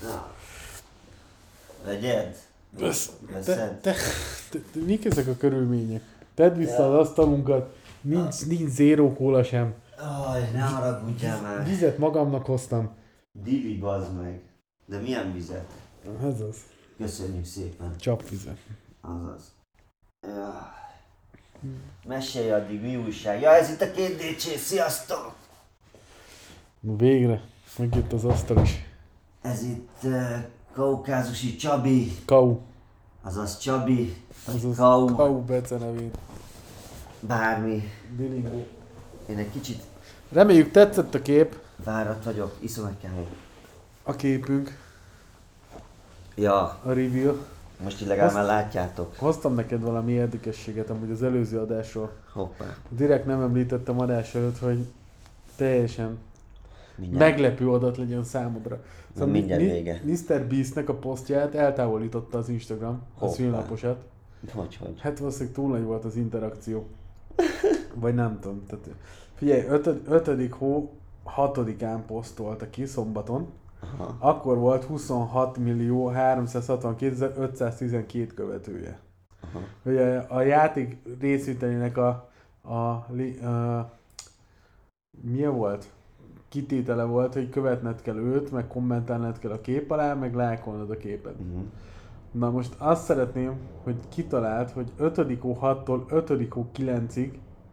Na. Vegyed? Veszed? Mik ezek a körülmények? Tedd vissza az asztalunkat, nincs zero kóla sem. Aj, ne haragudjál már. Vizet magamnak hoztam. Divi, bazd meg. De milyen vizet? Ez az. Köszönjük szépen. Csapvizet. Azaz. Ja. Mesélj addig, mi újság? Ja, ez itt a 2DC, sziasztok! No végre, megjött az asztal is. Ez itt Kaukázusi Csabi. Kau. Azaz Csabi. Azaz Kau. Kau becenevét. Bármi. Bilingó. Én egy kicsit Reméljük tetszett a kép. fáradt vagyok, iszom egy kávét. A képünk. Ja, A review. most így legalább már látjátok. Hoztam neked valami érdekességet amúgy az előző adásról. Hoppá. Direkt nem említettem adás előtt, hogy teljesen Mindjárt. meglepő adat legyen számodra. Na, mindjárt vége. Mr. Beastnek a posztját eltávolította az Instagram, a Hoppá. szülnaposat. Hogy? Hát valószínűleg túl nagy volt az interakció. Vagy nem tudom. Tehát, figyelj, 5. hó 6-án posztolta ki szombaton. Aha. Akkor volt 26.362.512 követője. Aha. Ugye a játék részvételének milyen volt? Kitétele volt, hogy követned kell őt, meg kommentálned kell a kép alá, meg lájkolnod a képet. Uh-huh. Na most azt szeretném, hogy kitalált, hogy 5. hó 6-tól 5. hó 9-ig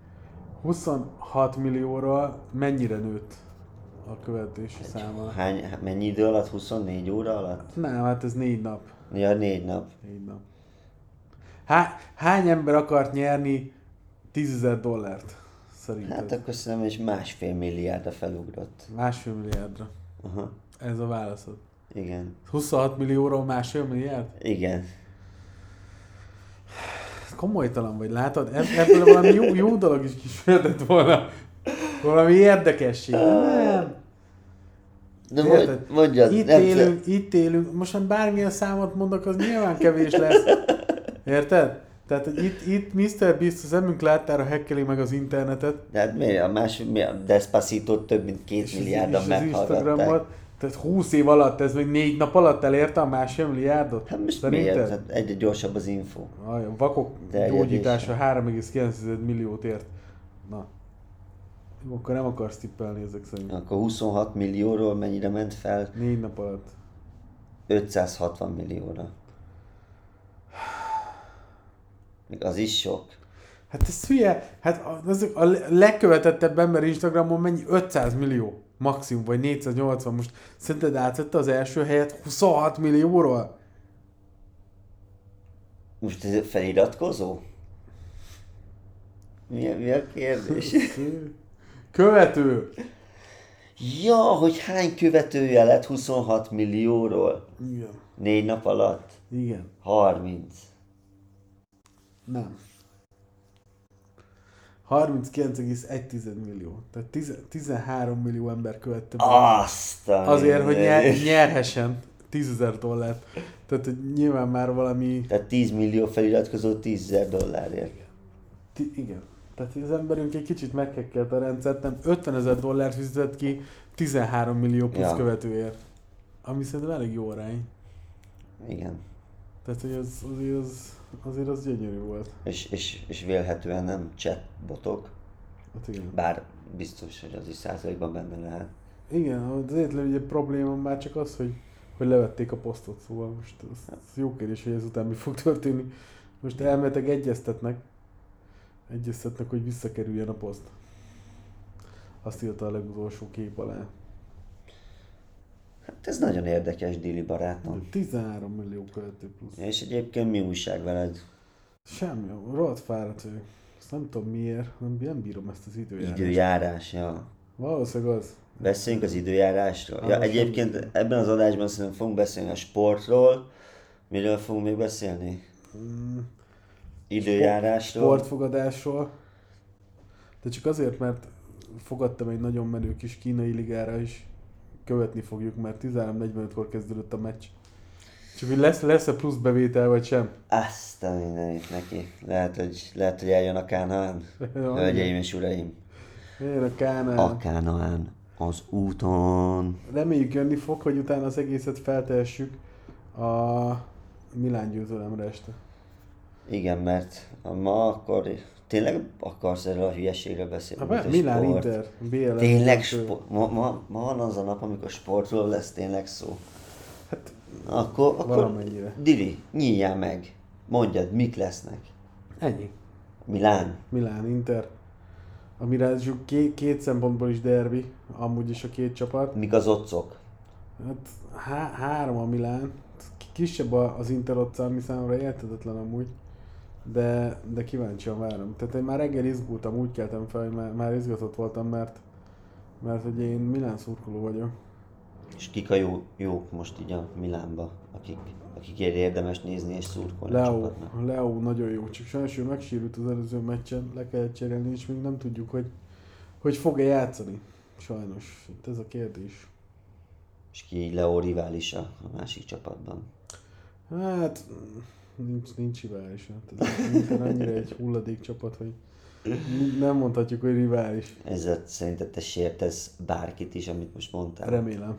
26 millióról mennyire nőtt a követési száma. Mennyi idő alatt? 24 óra alatt? Nem, hát ez 4 nap. Ja, 4 nap. 4 nap. Hány ember akart nyerni $10,000 szerinted? Hát akkor szerintem is 1,5 milliárdra felugrott. 1,5 milliárdra. Aha. Ez a válaszod. Igen. 26 millióról 1,5 milliárd? Igen. Komolytalan vagy, látod? Ebből valami jó dolog is kisülhetett volna. Valami érdekesség. Nem. De Érted? mondjad. Itt élünk. Most már bármilyen számot mondok, az nyilván kevés lesz. Érted? Tehát, hogy itt Mr. Beast az emünk láttára hackeli meg az internetet. De hát miért a Despacito több mint 2 milliárdan meghallgatták? Tehát 20 év alatt, ez még 4 nap alatt elérte a 1,5 milliárdot? Hát most Szerinted? miért? Hát egyre gyorsabb az info. A vakok gyógyítása 3,9 milliót ért. Na. Jó, akkor nem akarsz tippelni ezek szerint. Akkor 26 millióról mennyire ment fel? 4 nap alatt. 560 millióra. Még az is sok. Hát ez hülye, hát a legkövetettebb ember Instagramon mennyi? 500 millió maximum, vagy 480. Most szerinted átvette az első helyet 26 millióról? Most ez feliratkozó? Mi a kérdés? Követő! Ja, hogy hány követője lett 26 millióról? Igen. 4 nap alatt? Igen. 30. Nem. 39,1 millió. Tehát 13 millió ember követte be. Azért, hogy nyerhessen $10,000. Tehát hogy nyilván már valami... Tehát 10 millió feliratkozó $10,000. Igen. Tehát az emberünk egy kicsit meghekkelt a rendszert, nem $50,000 fizetett ki 13 millió plusz követőért. Ami szerintem elég jó arány. Igen. Tehát, hogy azért az gyönyörű volt. És vélhetően nem chatbotok. Hát igen. Bár biztos, hogy az is százalékban benne lehet. Igen, az egyetlen ugye probléma már csak az, hogy levették a posztot, szóval most az jó kérdés, hogy ezután mi fog történni. Most elméletileg egyeztetnek, hogy visszakerüljen a poszt. Azt írta a legutolsó kép alá. Hát ez nagyon érdekes, Dili barátom. 13 millió követő plusz. És egyébként mi újság veled? Semmi, rohadt fáradt vagyok. Azt nem tudom miért, nem bírom ezt az időjárást. Időjárás, ja. Valószínűleg az. Beszéljünk az időjárásról. Ja, egyébként ebben az adásban szerintem fogunk beszélni a sportról. Miről fogunk még beszélni? Időjárásról. Sportfogadásról. De csak azért, mert fogadtam egy nagyon menő kis kínai ligára is. Követni fogjuk, mert 13:45-kor kezdődött a meccs. Csak hogy lesz-e plusz bevétel, vagy sem? Azt a mindenit neki. Lehet, hogy eljön a Kánaán. Hölgyeim és uraim. Én a Kánaán. A Kánaán. Az úton. Reméljük jönni fog, hogy utána az egészet feltehessük a Milán győzelemre este. Igen, mert ma akkor tényleg akarsz erről a hülyeségről beszélni? Hát Milán Inter, BL. Tényleg ma van az a nap, amikor sportról lesz tényleg szó. Hát akkor valamennyire. Dili, nyíljál meg. Mondjad, mik lesznek. Ennyi. Milán, Inter. Amire két szempontból is derbi, amúgy is a két csapat. mik az otcok? Hát 3 a Milán. Kisebb az Inter otca, ami számomra érthetetlen amúgy. De kíváncsian várom. Tehát én már reggel izgultam, úgy keltem fel, hogy már izgatott voltam, mert hogy én Milán szurkoló vagyok. És kik a jók most így a Milánba, akikért érdemes nézni és szurkolni a csapatnak? Leo nagyon jó, csak sajnos ő megsérült az előző meccsen, le kellett cserélni, és még nem tudjuk, hogy fog-e játszani. Sajnos, itt ez a kérdés. És ki Leo riválisa a másik csapatban? Hát, nincs rivális. Hát ez Inter annyira egy hulladék csapat, hogy nem mondhatjuk, hogy rivális. Ezzel szerinted te sértesz bárkit is, amit most mondtál? Remélem.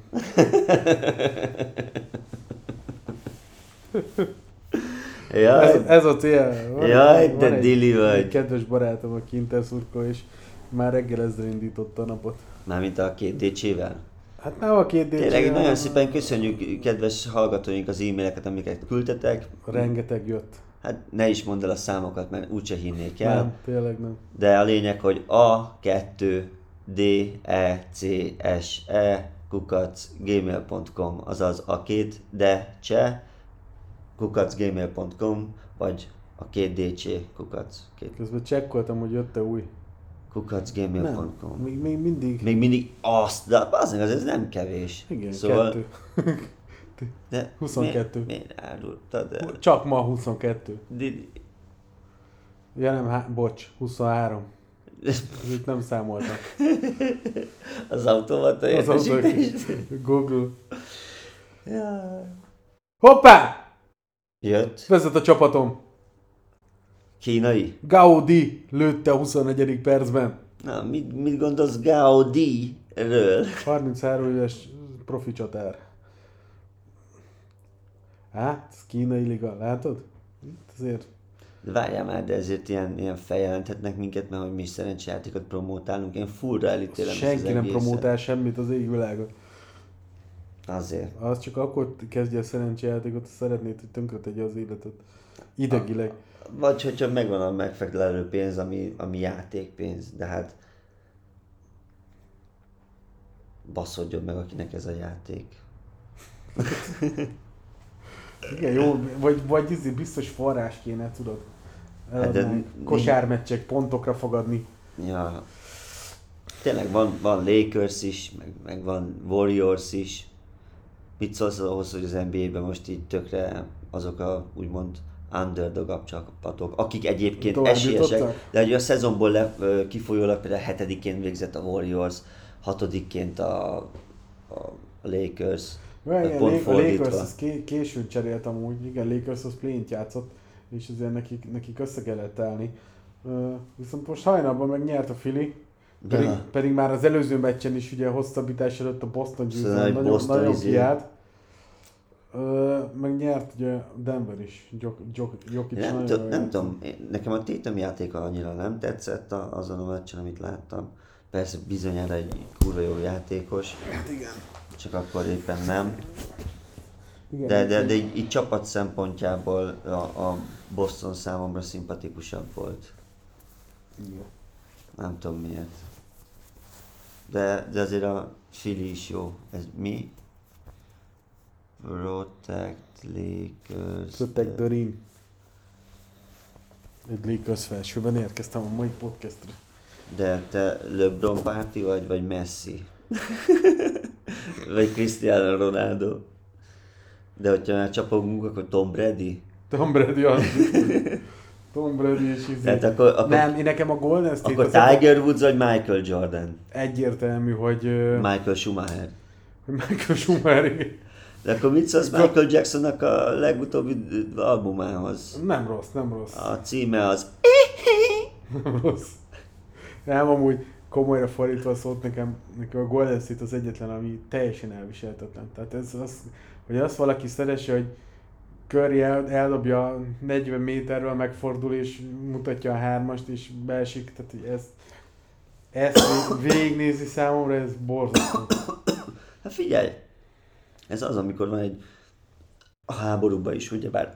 Jaj, Ez a cél. Jaj, te van dili vagy. egy kedves barátom, aki Inter szurkoló, és már reggel ezzel indította a napot. Mármint a 2 DC-vel? Hát nem a 2 DC. Tényleg nagyon szépen köszönjük, kedves hallgatóink, az e-maileket, amiket küldtetek. Rengeteg jött. Hát ne is mondd el a számokat, mert úgyse hinnék el. Nem, tényleg nem. De a lényeg, hogy a2dece@gmail.com, azaz a 2dece@gmail.com, vagy a 2dc Közben csekkoltam, hogy jött-e új. gmail.com. Még mindig. Még mindig azt, de az ez nem kevés. Igen, szóval, 2. de 22. Miért árultad el? Csak ma 22. Didi. Ja nem, bocs, 23. Itt nem számoltak. Az automata értesítés. Google. Jaj. Hoppá! Jött. Vezet a csapatom. Kínai. Gaudi lőtte a 21. percben. Na, mit gondolsz Gaudi-ről? 33 éves profi csatár. Hát, ez kínai liga, látod? Itt azért. De várjál már, de ezért ilyen feljelenthetnek minket, mert hogy mi is szerencsejátékot promótálunk. Én fullra elítélem ezt az Senki nem egészet. promótál semmit az égvilágon. Azért. Az csak akkor kezdje a szerencsejátékot, ha szeretnéd, hogy tönkretegye az életet. Idegileg. Vagy hogyha megvan a megfelelő pénz, ami játékpénz, de hát baszodjon meg, akinek ez a játék. Igen, jó, vagy biztos forrás kéne, tudod. Hát Kosármeccsek, pontokra fogadni. Ja. Tényleg van Lakers is, meg van Warriors is. Mit szólsz ahhoz, hogy az NBA-ben most így tökre azok a úgymond underdog csapatok, akik egyébként Tovább esélyesek, jutottak? de hogy a szezonból kifolyólag például 7-én végzett a Warriors, 6-ként a Lakers. Igen, Pont a fordítva. Lakers az későn cserélt amúgy, igen, Lakers az play-int játszott, és azért nekik össze kellett állni. Viszont most hajnalban meg nyert a Philly, pedig már az előző meccsen is ugye hosszabbítás előtt a Boston győzelem nagyon kiállt. Meg nyert ugye Denver is, Jokic Nem tudom, nekem a Tatum játéka annyira nem tetszett azon a meccsen, amit láttam. Persze bizonyára egy kurva jó játékos. Hát igen. Csak akkor éppen nem. Igen, De így csapat szempontjából a Boston számomra szimpatikusabb volt. Igen. Nem tudom miért. De azért a Philly is jó. Ez mi? Protect Lakers. Protect the ring. Egy Lakers felsőben érkeztem a mai podcastra. De te LeBron párti vagy Messi? Vagy Cristiano Ronaldo? De hogyha már csapogunk, akkor Tom Brady? Tom Brady az. Tom Brady és izé. Tehát akkor, Nem, én nekem a Golden State akkor Tiger Woods vagy Michael Jordan? egyértelmű, hogy Michael Schumacher. Michael Schumacher. De akkor mit szólsz Michael Jacksonnak a legutóbbi albumához? Nem rossz. A címe az... Nem rossz. Nem, amúgy komolyra fordítva a szót, nekem a Golden State az egyetlen, ami teljesen elviselhetetlen. Tehát ez az, hogy azt valaki szeresse, hogy Curry eldobja 40 méterről, megfordul és mutatja a hármast és beesik, tehát hogy ezt végignézni számomra, ez borzasztó. Hát figyelj, ez az, amikor van egy a háborúban is, ugyebár.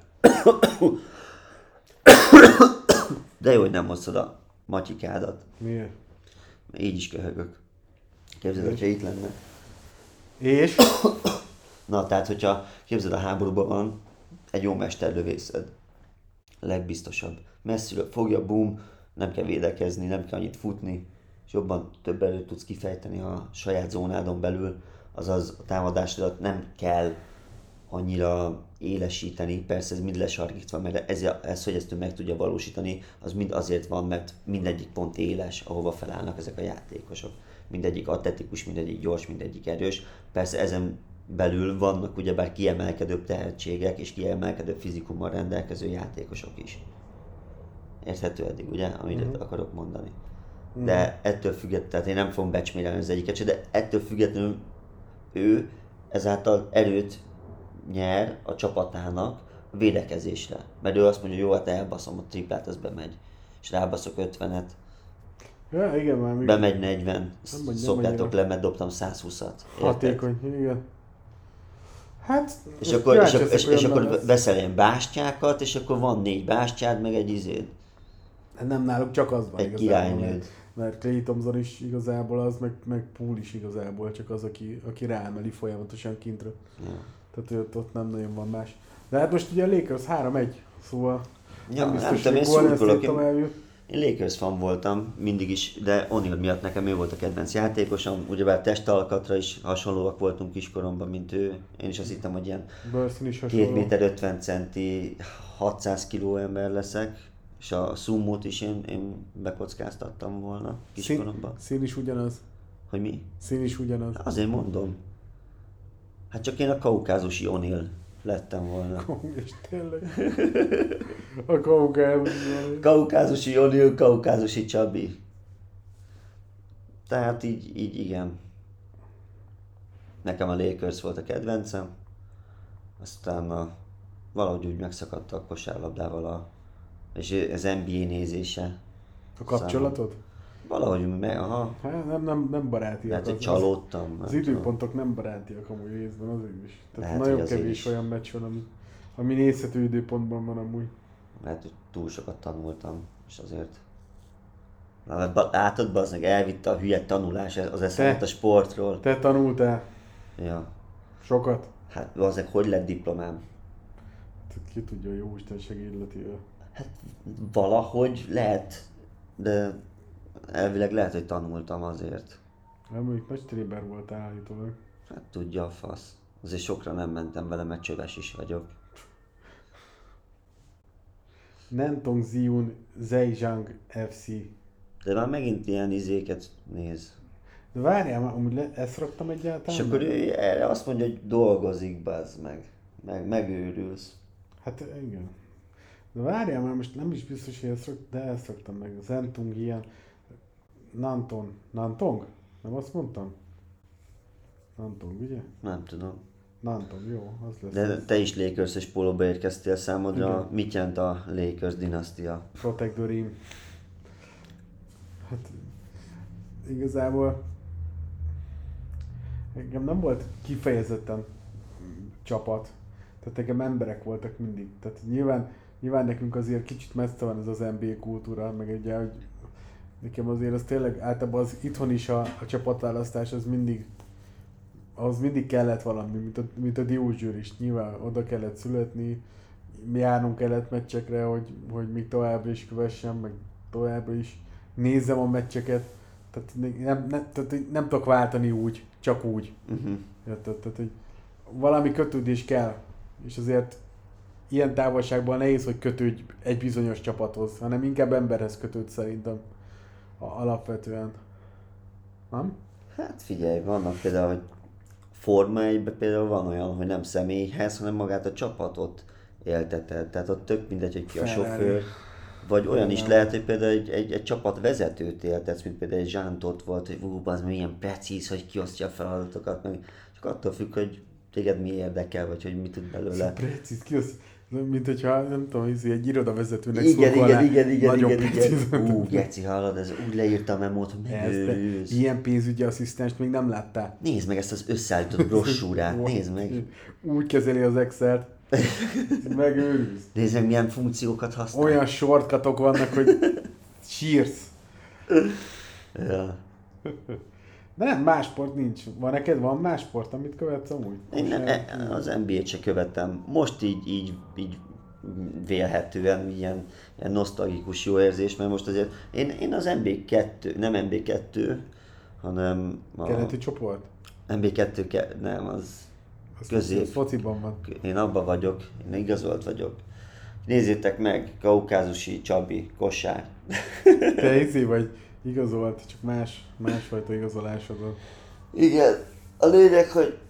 De jó, hogy nem hoztad a matyikádat. Miért? Így is köhögök. Képzeld, hogyha itt lenne. És? Na, tehát, hogyha képzeld, a háborúban van egy jó mesterlövészed. Legbiztosabb. Messziről fogja, boom, nem kell védekezni, nem kell annyit futni, és jobban több erőt tudsz kifejteni a saját zónádon belül, azaz a támadásodat nem kell annyira élesíteni, persze ez mind lesarkítva, mert ez, hogy ezt ő meg tudja valósítani, az mind azért van, mert mindegyik pont éles, ahova felállnak ezek a játékosok. Mindegyik atletikus, mindegyik gyors, mindegyik erős. Persze ezen belül vannak ugyebár kiemelkedőbb tehetségek és kiemelkedőbb fizikummal rendelkező játékosok is. Érthető eddig, ugye, amit akarok mondani. De ettől függetlenül, tehát én nem fogom becsmérelni az egyiket se, de ettől függetlenül ő ezáltal erőt nyer a csapatának a védekezésre. Mert ő azt mondja, jó, hát elbaszom a triplát, az bemegy. És rábaszok 50-et, Ja, igen, már még bemegy 40, szopjátok annyira. le, mert dobtam 120-at. hatékony, igen. Hát, És akkor, és, kíváncsi és, leszek, és hogy onnan akkor lesz. veszel ilyen bástyákat, és akkor van 4 bástyád, meg egy izéd. Nem, náluk csak az van Egy igazából. királynőd. Mert Klay Thompson is igazából az, meg Poole is igazából, csak az, aki ráemeli folyamatosan kintre. Ja. Tehát ott nem nagyon van más. De hát most ugye a Lakers 3-1, szóval Ja, nem biztos, nem tudom, hogy én Golden szurkolok. State tovább jut. Én Lakers fan voltam mindig is, de O'Neal miatt nekem ő volt a kedvenc játékosom. Ugyebár testalkatra is hasonlóak voltunk kiskoromban, mint ő. Én is azt hittem, hogy ilyen Burson is 2 hasonló. méter 50 centi, 600 kiló ember leszek. És a szumót is én bekockáztattam volna kiskoromban. Szín is ugyanaz. Hogy mi? Szín is ugyanaz. Azért mondom. Hát csak én a kaukázusi O'Neal lettem volna. És tényleg. A kaukázus. Kaukázusi O'Neal, kaukázusi Csabi. Tehát így igen. Nekem a Lakers volt a kedvencem. Aztán valahogy úgy megszakadta a kosárlabdával és az NBA nézése. A kapcsolatod? Valahogy aha. Hát nem barátiak. Lehet, hogy csalódtam. Az időpontok nem barátiak amúgy részben azért is. Tehát Lehet, nagyon hogy azért kevés is. olyan meccs van, ami nézhető időpontban van amúgy. Lehet, hogy túl sokat tanultam, és azért... Látod, bazdmeg, elvitte a hülye tanulás az eszemet a sportról. Te tanultál Ja. sokat? Hát bazdmeg, hogy lett diplomám? Hát, ki tudja, jó Isten segédletével. Hát valahogy lehet, de elvileg lehet, hogy tanultam azért. Hát mondjuk nagy tréber voltál állítólag. Hát tudja a fasz. Azért sokra nem mentem vele, mert csöves is vagyok. Nantong Ziun Zhejiang FC. De már megint ilyen izéket néz. De várjál már, amúgy ezt raktam egyáltalán? És akkor ő erre azt mondja, hogy dolgozik, bazd meg. Megőrülsz. Hát igen. De várjál már, most nem is biztos, hogy de ezt raktam meg. Zentung ilyen. Nantong? Nem azt mondtam? Nantong, ugye? Nem tudom. Nantong, jó, az lesz. De te is Lakers-es pólóba érkeztél számodra. Igen. Mit jelent a Lakers dinasztia? Protect the Rim. Hát igazából engem nem volt kifejezetten csapat. Tehát nekem emberek voltak mindig. Tehát nyilván nekünk azért kicsit messze van ez az NBA kultúra, meg ugye, hogy nekem azért az tényleg általában az itthon is a csapatválasztás az mindig kellett valami, mint a Diósgyőr is. Nyilván oda kellett születni, járnunk kellett meccsekre, hogy még továbbra is kövessem, meg továbbra is nézzem a meccseket. Tehát nem tudok váltani úgy, csak úgy. Érted? Tehát, hogy valami kötődés kell. És azért ilyen távolságban nehéz, hogy kötődj egy bizonyos csapathoz, hanem inkább emberhez kötőd szerintem alapvetően. Nem? Hát figyelj, vannak például, hogy Forma 1-ben például van olyan, hogy nem személyhez, hanem magát a csapatot élteted. Tehát ott tök mindegy, hogy ki a Ferrari. sofőr, Vagy olyan is Nem. lehet, hogy például egy csapat vezetőt éltetsz, mint például egy Zsántot volt, hogy az milyen precíz, hogy kiosztja a feladatokat, meg csak attól függ, hogy téged mi érdekel, vagy hogy mit tud belőle. Precíz, ki az, mint hogyha, nem tudom, egy irodavezetőnek Igen, szurkolnál. igen. Nagyon precíz. Geci, hallod, ez úgy leírta a memót, hogy megőrülsz. Ilyen pénzügyi asszisztenst még nem láttál. Nézd meg ezt az összeállított brossúrát, nézd meg. Úgy kezeli az Excel-t. Megőrülsz. Nézd meg, milyen funkciókat használ. Olyan shortcutok vannak, hogy sírsz. Ja. De nem, más sport nincs. Van más sport, amit követsz amúgy? Az NBA-t se követem. Most így vélhetően ilyen nosztalgikus jó érzés, mert most azért én az MB2, nem MB2, hanem a Keleti csoport? MB2, nem, az Az közép. fociban van. Én abba vagyok, én igazolt vagyok. Nézzétek meg, Kaukázusi Csabi, kosár. Te vagy igazolt, csak másfajta igazolásod van. Igen, a lényeg,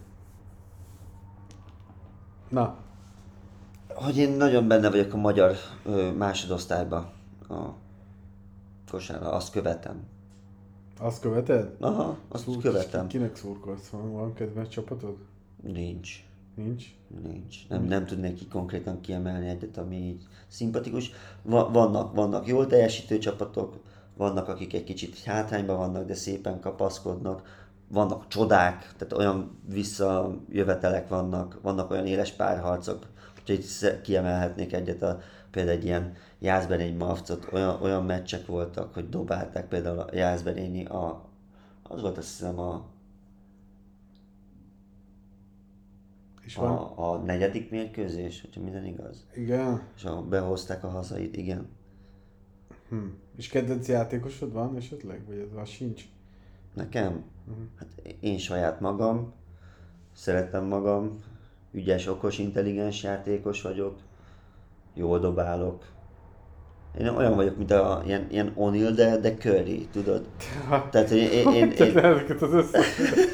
Na, hogy én nagyon benne vagyok a magyar másodosztályban a kosárra, azt követem. azt követed? Aha, azt követem. Kinek szurkolsz? Van kedvenc csapatod? Nincs. Nincs? Nem tudnék ki konkrétan kiemelni egyet, ami így szimpatikus. Vannak jól teljesítő csapatok, vannak akik egy kicsit hátrányban vannak, de szépen kapaszkodnak. Vannak csodák, tehát olyan visszajövetelek vannak olyan éles párharcok, úgyhogy kiemelhetnék egyet, például egy ilyen Jászberény Mavcot, olyan meccsek voltak, hogy dobálták például a Jászberényi, az volt azt hiszem És van? a negyedik mérkőzés, hogyha minden igaz. Igen. És behozták a hazait, igen. És kedvenc játékosod van esetleg? Vagy ez az sincs? Nekem? Hát én saját magam, szeretem magam, ügyes, okos, intelligens játékos vagyok, jól dobálok. Én olyan vagyok, mint ilyen O'Neal, de Curry, tudod? Tehát, hogy én ezeket az összes...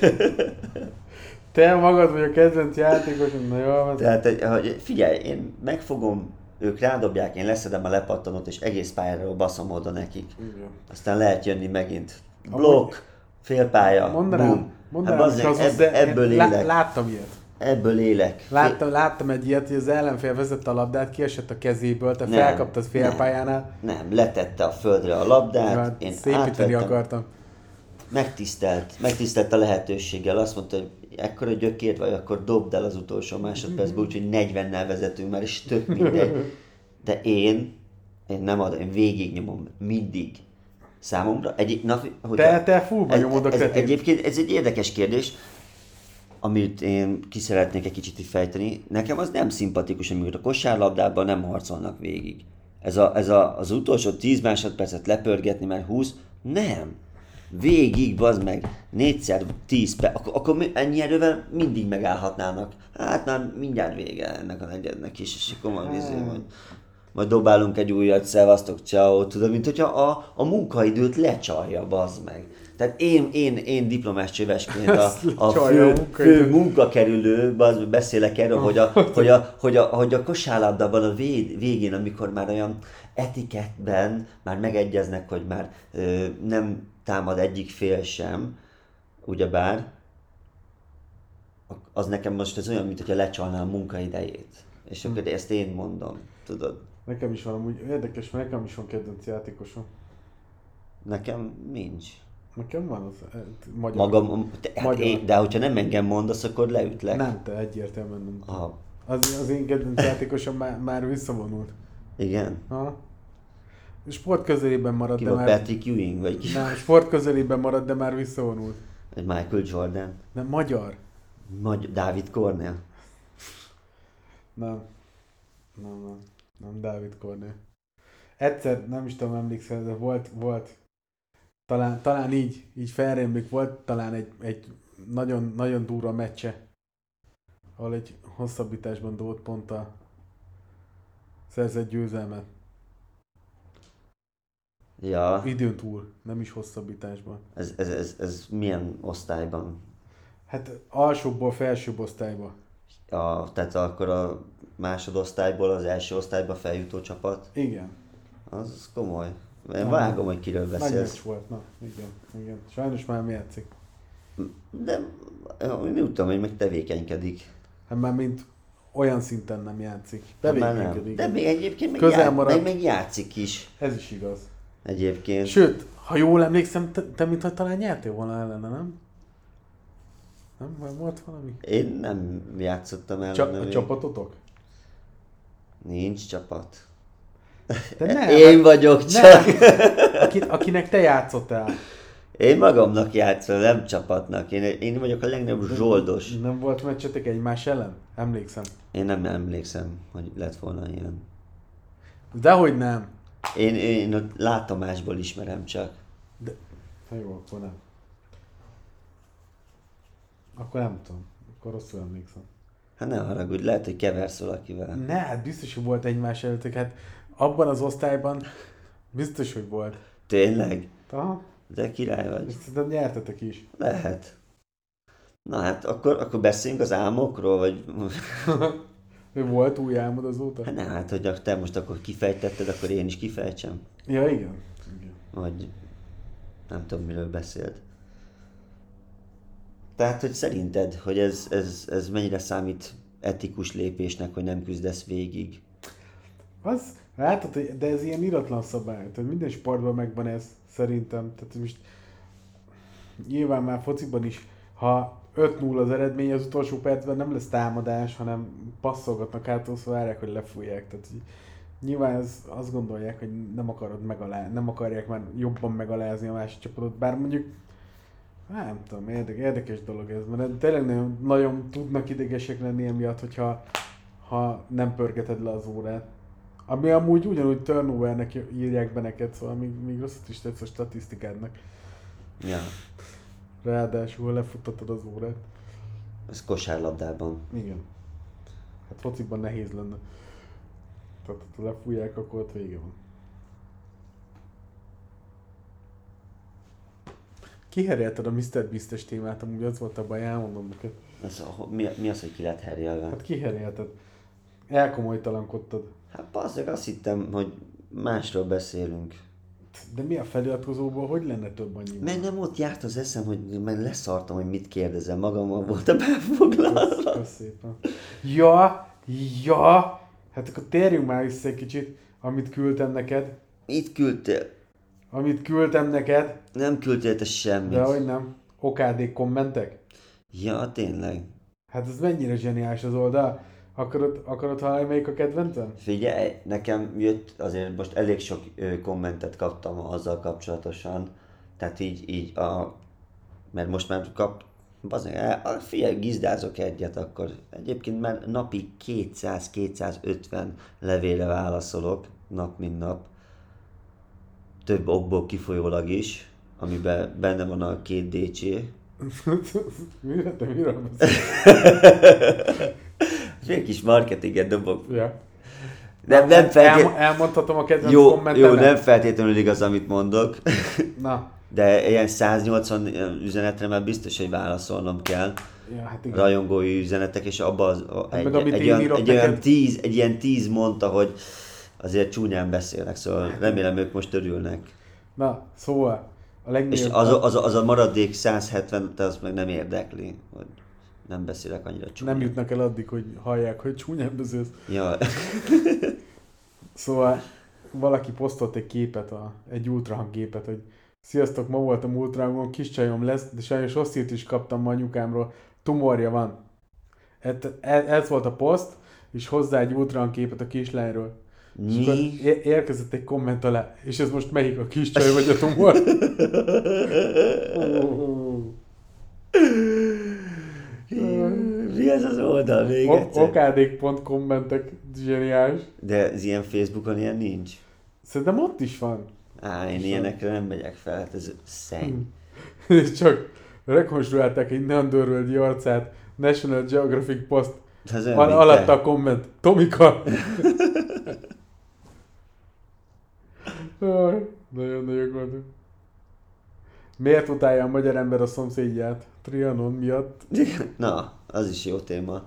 Te magad vagy a kedvenc játékosod, na jól van. Tehát, hogy figyelj, én megfogom, ők rádobják, én leszedem a lepattanót, és egész pályáról baszom oda nekik. Igen. Aztán lehet jönni megint. Blokk, félpálya, Mondanám, ebből élek. Láttam ilyet. Ebből élek. Láttam egy ilyet, hogy az ellenfél vezette a labdát, kiesett a kezéből, te felkaptad félpályánál. Nem, letette a földre a labdát, én szépíteni átvettem, akartam. megtisztelt a lehetőséggel, azt mondta, hogy ekkora gyökért vagy, akkor dobd el az utolsó másodpercben, úgyhogy 40-nel vezetünk már, és tök mindegy. De én nem adom, én végignyomom mindig. Számomra Te fullba nyomod a kretét. Egyébként ez egy érdekes kérdés, amit én ki szeretnék egy kicsit fejteni. Nekem az nem szimpatikus, amikor a kosárlabdában nem harcolnak végig. Az utolsó 10 másodpercet lepörgetni, mert 20, nem. Végig, bazd meg, 4x10 perc, akkor ennyi erővel mindig megállhatnának. Hát már mindjárt vége ennek a negyednek is, és akkor majd dobálunk egy újat, szevasztok, ciao, tudod, mint hogyha a munkaidőt lecsalja, bazd meg. Tehát én diplomás csövesként a fő munkakerülő, beszélek erről, hogy a kosárlabdában a végén, amikor már olyan etikettben már megegyeznek, hogy már nem támad egyik fél sem, ugyebár, az nekem most ez olyan, mintha lecsalná a munkaidejét. És akkor ezt én mondom, tudod. Nekem is van, amúgy érdekes, mert nekem is van kedvenc játékosom. Nekem nincs. Nekem van az magyar. Magam, de hogyha nem engem mondasz, akkor leütlek. Nem, te egyértelműen nem. Aha. Az én kedvenc játékosom már visszavonult. Igen? Ha. Sport közelében marad, Ki de volt, már... Patrick Ewing? Vagy... Nem, sport közelében marad, de már visszavonult. Egy Michael Jordan? Nem, magyar. David Cornell? Nem, Dávid Cornél. Egyszer, nem is tudom, emlékszel, de volt talán így felrémlik, volt talán egy nagyon, nagyon durva meccse, ahol egy hosszabbításban dobott ponttal szerzett győzelmet. Ja. Időn túl, nem is hosszabbításban. Ez milyen osztályban? Hát alsóból felsőbb osztályba. Tehát akkor a másodosztályból az első osztályba feljutó csapat? Igen. Az komoly. Én vágom, hogy kiről Nagy beszélsz. meccs volt, na, igen. Sajnos már nem játszik. De én úgy tudom, hogy meg tevékenykedik. Hát már mint olyan szinten nem játszik. Hát már nem. Tevékenykedik. De még egyébként Közel maradt. meg játszik is. Ez is igaz. Egyébként. Sőt, ha jól emlékszem, te mintha talán nyertél volna ellene, nem? Nem? Már volt valami? Én nem játszottam ellene. A még. csapatotok? Nincs csapat. De nem, Én vagyok csak. Akinek te játszottál. Én magamnak játszom, nem csapatnak. Én vagyok a legnagyobb zsoldos. Nem volt meccsetek egymás ellen? Emlékszem. Én nem emlékszem, hogy lett volna ilyen. Dehogy nem. Én ott látomásból ismerem csak. De... Ha jó, akkor nem. Akkor nem tudom. Akkor rosszul emlékszem. Hát ne haragudj, lehet, hogy keversz valakivel. Ne, hát biztos, hogy volt egymás előttük. Hát abban az osztályban biztos, hogy volt. Tényleg? Aha. De király vagy. És szerintem nyertetek is. Lehet. Na hát, akkor beszéljünk az álmokról, vagy... Volt új álmod azóta? Hát nem, hát, hogy te most akkor kifejtetted, akkor én is kifejtsem. Ja, igen. Vagy nem tudom, miről beszélt. Tehát, hogy szerinted, hogy ez mennyire számít etikus lépésnek, hogy nem küzdesz végig? Az, látod, de ez ilyen iratlan szabály. Tehát minden sportban megvan ez, szerintem. Tehát most nyilván már fociban is, ha 5-0 az eredmény, az utolsó percben nem lesz támadás, hanem passzolgatnak hátul, szóval várják, hogy lefújják. Tehát nyilván azt gondolják, hogy nem akarják már jobban megalázni a másik csapatot, bár mondjuk nem tudom, érdekes dolog ez, mert tényleg nagyon tudnak idegesek lenni emiatt, hogyha nem pörgeted le az órát. Ami amúgy ugyanúgy turnovernek írják be neked, szóval még rosszat is tetsz a statisztikádnak. Ja, Ráadásul lefuttattad az órát. ez kosárlabdában. Igen. Hát fociban nehéz lenne. Tehát ha lefújják, akkor ott vége van. Kiherélted a Mr. Beast-es témát, amúgy az volt a baj, elmondom neked. Mi az, hogy ki lett herjelve? Hát kiherélted. Elkomolytalankodtad. Hát bazdmeg, azt hittem, hogy másról beszélünk. De mi a feliratkozóból, hogy lenne több annyi? Mert nem ott járt az eszem, hogy mert leszartam, hogy mit kérdezem, magammal voltam elfoglalva. Kösz szépen. Ja! Hát akkor térjünk már vissza egy kicsit, amit küldtem neked. Mit küldtél? Amit küldtem neked, Nem küldtél te semmit. de hogy nem. OKD kommentek? Ja, tényleg. Hát ez mennyire zseniális az oldal. Akarod hallani, melyik a kedvencem? Figyelj, nekem jött, azért most elég sok kommentet kaptam azzal kapcsolatosan. Tehát így mert most már figyelj, gizdázok egyet akkor. Egyébként már napi 200-250 levélre válaszolok, nap mint nap. Több okból kifolyólag is, amiben benne van a 2 DC. Miről beszélsz? Fél kis marketinget dobok. Ja. Nem feltétlenül... Elmondhatom a kedvenc Jó, kommentemet? nem feltétlenül igaz, amit mondok. Na. De ilyen 180 üzenetre már biztos, hogy válaszolnom kell. Ja, hát igen. Rajongói üzenetek, és abban egy ilyen 10 mondta, hogy azért csúnyán beszélnek, szóval remélem ők most örülnek. Na, szóval a És legnagyobb... az a maradék 170, te azt meg nem érdekli, hogy nem beszélek annyira csúnyán. Nem jutnak el addig, hogy hallják, hogy csúnyán beszélsz. Ja. Szóval valaki posztolt egy képet, egy ultrahanggépet, hogy sziasztok, ma voltam ultrahangon, kis csajom lesz, de sajnos rossz hírt is kaptam ma anyukámról, tumorja van. Ez volt a poszt, és hozzá egy ultrahanggépet a kislányról. És akkor érkezett egy komment alá, és ez most melyik a kis csaj vagy a tumor? Mi ez az oldal még egyszer? okd.kommentek, zseniális. De ez ilyen Facebookon ilyen nincs. Szerintem ott is van. Én ilyenekre nem megyek fel, hát ez szenny. És csak rekonstruálták egy Underworld arcát, National Geographic Post, alatta a komment, Tomika. Nagyon-nagyon voltunk. Miért utálja a magyar ember a szomszédját? Trianon miatt? Na, az is jó téma.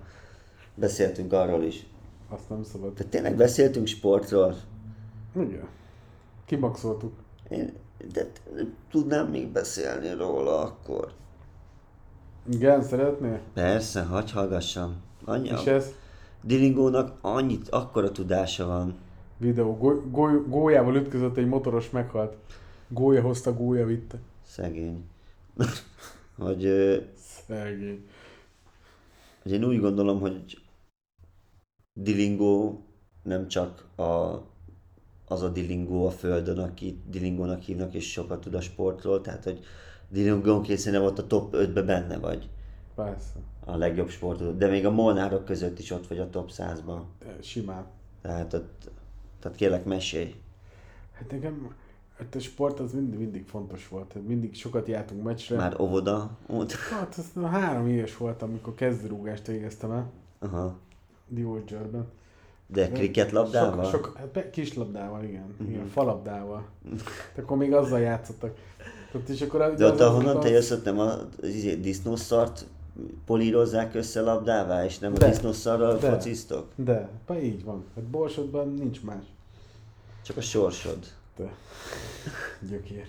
Beszéltünk arról is. Azt nem szabad. De tényleg beszéltünk sportról? Igen. Kimaxoltuk. De tudnám még beszélni róla akkor. Igen, szeretnél? Persze, hagyj hallgassam. És ez? Dilingónak akkora tudása van. Videó. Gólyával ütközött egy motoros, meghalt. Gólya hozta, gólya vitte. Szegény. hogy, Szegény. hogy én úgy gondolom, hogy Dilingó nem csak az a Dilingó a földön, akit Dilingónak hívnak, és sokat tud a sportról, tehát hogy Dilingónként szerintem ott a top 5-be benne vagy. Persze. A legjobb sportoló, de még a Molnárok között is ott vagy a top 100-ban. Simán. Tehát kérlek, mesélj. Hát nekem a sport az mindig fontos volt. Hát mindig sokat jártunk meccsre. Már óvoda? Hát az 3 éves voltam, amikor kezdőrúgást végeztem el. Aha. Diósgyőrben. De kriketlabdával? Hát kislabdával, igen. Igen, falabdával. De akkor még azzal játszottak. Tehát, és akkor de ott ahonnan te jössz, ott nem a disznószart polírozzák össze labdává, és nem a disznószarral fociztok? De, így van. Hát Borsodban nincs más. Csak a sorsod. De. Gyökér.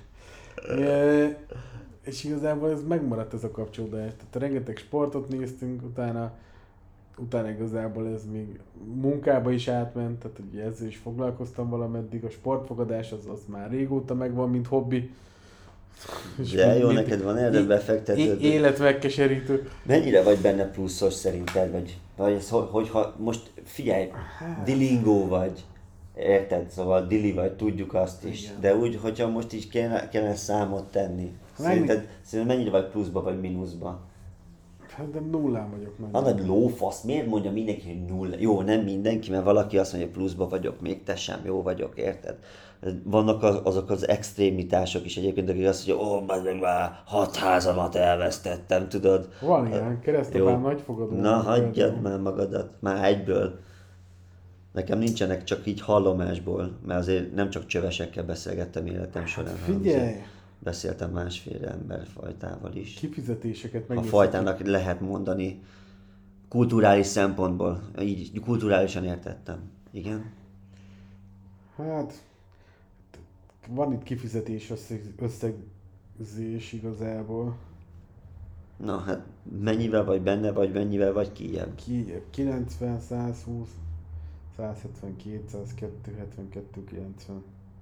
És igazából ez megmaradt ez a kapcsolódás. Tehát rengeteg sportot néztünk, utána igazából ez még munkába is átment, tehát ugye ezzel is foglalkoztam valameddig, a sportfogadás az már régóta megvan, mint hobbi. De jó, neked van erre befektetőd. Élet megkeserítő. Mennyire vagy benne pluszos szerinted? Vagy ez, hogyha most figyelj, Dilingó vagy, érted? Szóval Dili vagy, tudjuk azt is. Igen. De úgy, hogyha most is kellene számot tenni. Szerinted mennyire vagy pluszba vagy mínuszba? Hát de nullán vagyok. A nagy lófasz, miért mondja mindenki, hogy nulla? Jó, nem mindenki, mert valaki azt mondja, hogy pluszba vagyok, még te sem jó vagyok, érted? Vannak azok az extrémitások is egyébként, akik azt mondja, meg már 6 házamat elvesztettem, tudod? Van ilyen, keresztapám nagyfogadó. Na, hagyjad már magadat, már egyből. Nekem nincsenek, csak így hallomásból, mert azért nem csak csövesekkel beszélgettem életem során. Figyelj! Beszéltem másféle emberfajtával is. Kifizetéseket a fajtának lehet mondani kulturális szempontból. Így kulturálisan értettem. Igen? Hát van itt kifizetés összegzés igazából. Na hát mennyivel vagy benne, vagy mennyivel vagy kijebb? Kijebb. 90, 120, 170, 200, 272, 90.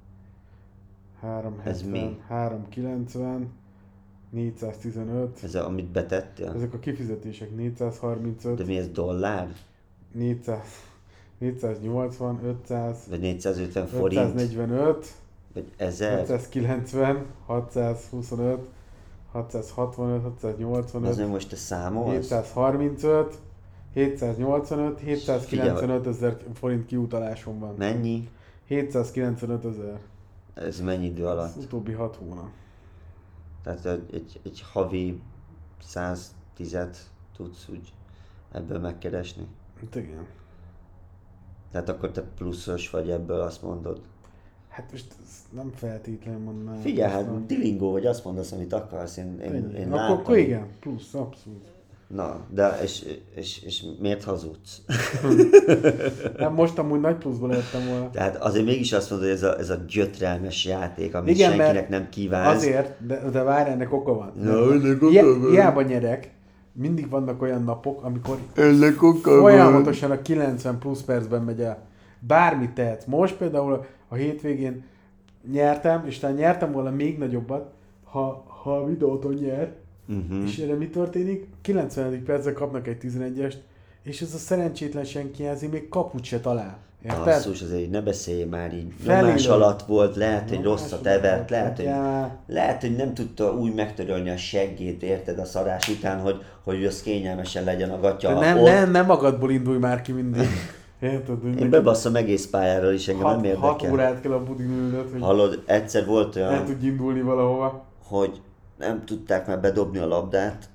370, ez mi? 390, 415. Ez amit betettél? Ezek a kifizetések 435. De mi ez, dollár? 400, 480, 500. Vagy 450 forint? 545. Vagy 1000? 590, 625, 665, 685. Az nem most te számolsz? 735, 785, 795 ezer forint kiutalásom van. Mennyi? 795 ezer. Ez mennyi idő alatt? Az utóbbi 6 hónap. Tehát egy havi 110-et tudsz úgy ebből megkeresni? Hát igen. Tehát akkor te pluszos vagy ebből, azt mondod? Hát most nem feltétlenül mondanám. Figyelj, hát Dilingó vagy, azt mondasz, amit akarsz. Én akkor igen, plusz, abszolút. Na, de és miért hazudsz? Hát most amúgy nagy pluszból lettem volna. Tehát azért mégis azt mondod, hogy ez a gyötrelmes játék, amit igen, senkinek nem kívánsz. Azért, de várj, ennek oka van. No, hiába nyerek, mindig vannak olyan napok, amikor folyamatosan a 90 plusz percben megy el. Bármit tehetsz. Most például a hétvégén nyertem, és talán nyertem volna még nagyobbat, ha a videóton nyer. És erre mi történik? 90. percben kapnak egy 11-est, és ez a szerencsétlen senkiházi még kaput se talál. Érted? Basszus, azért ne beszélj már így. Nyomás alatt volt, lehet, hogy rosszat evett, lehet, hogy nem tudta úgy megtörölni a seggét, érted, a szarás után, hogy az kényelmesen legyen a gatya. Nem magadból indulj már ki mindig. Érted? Én bebasszom egész pályáról is, engem nem érdekel. 6 órát kell a budin ülnöd, hogy hallod, egyszer volt olyan, el tudj indulni valahova. Hogy nem tudták már bedobni a labdát.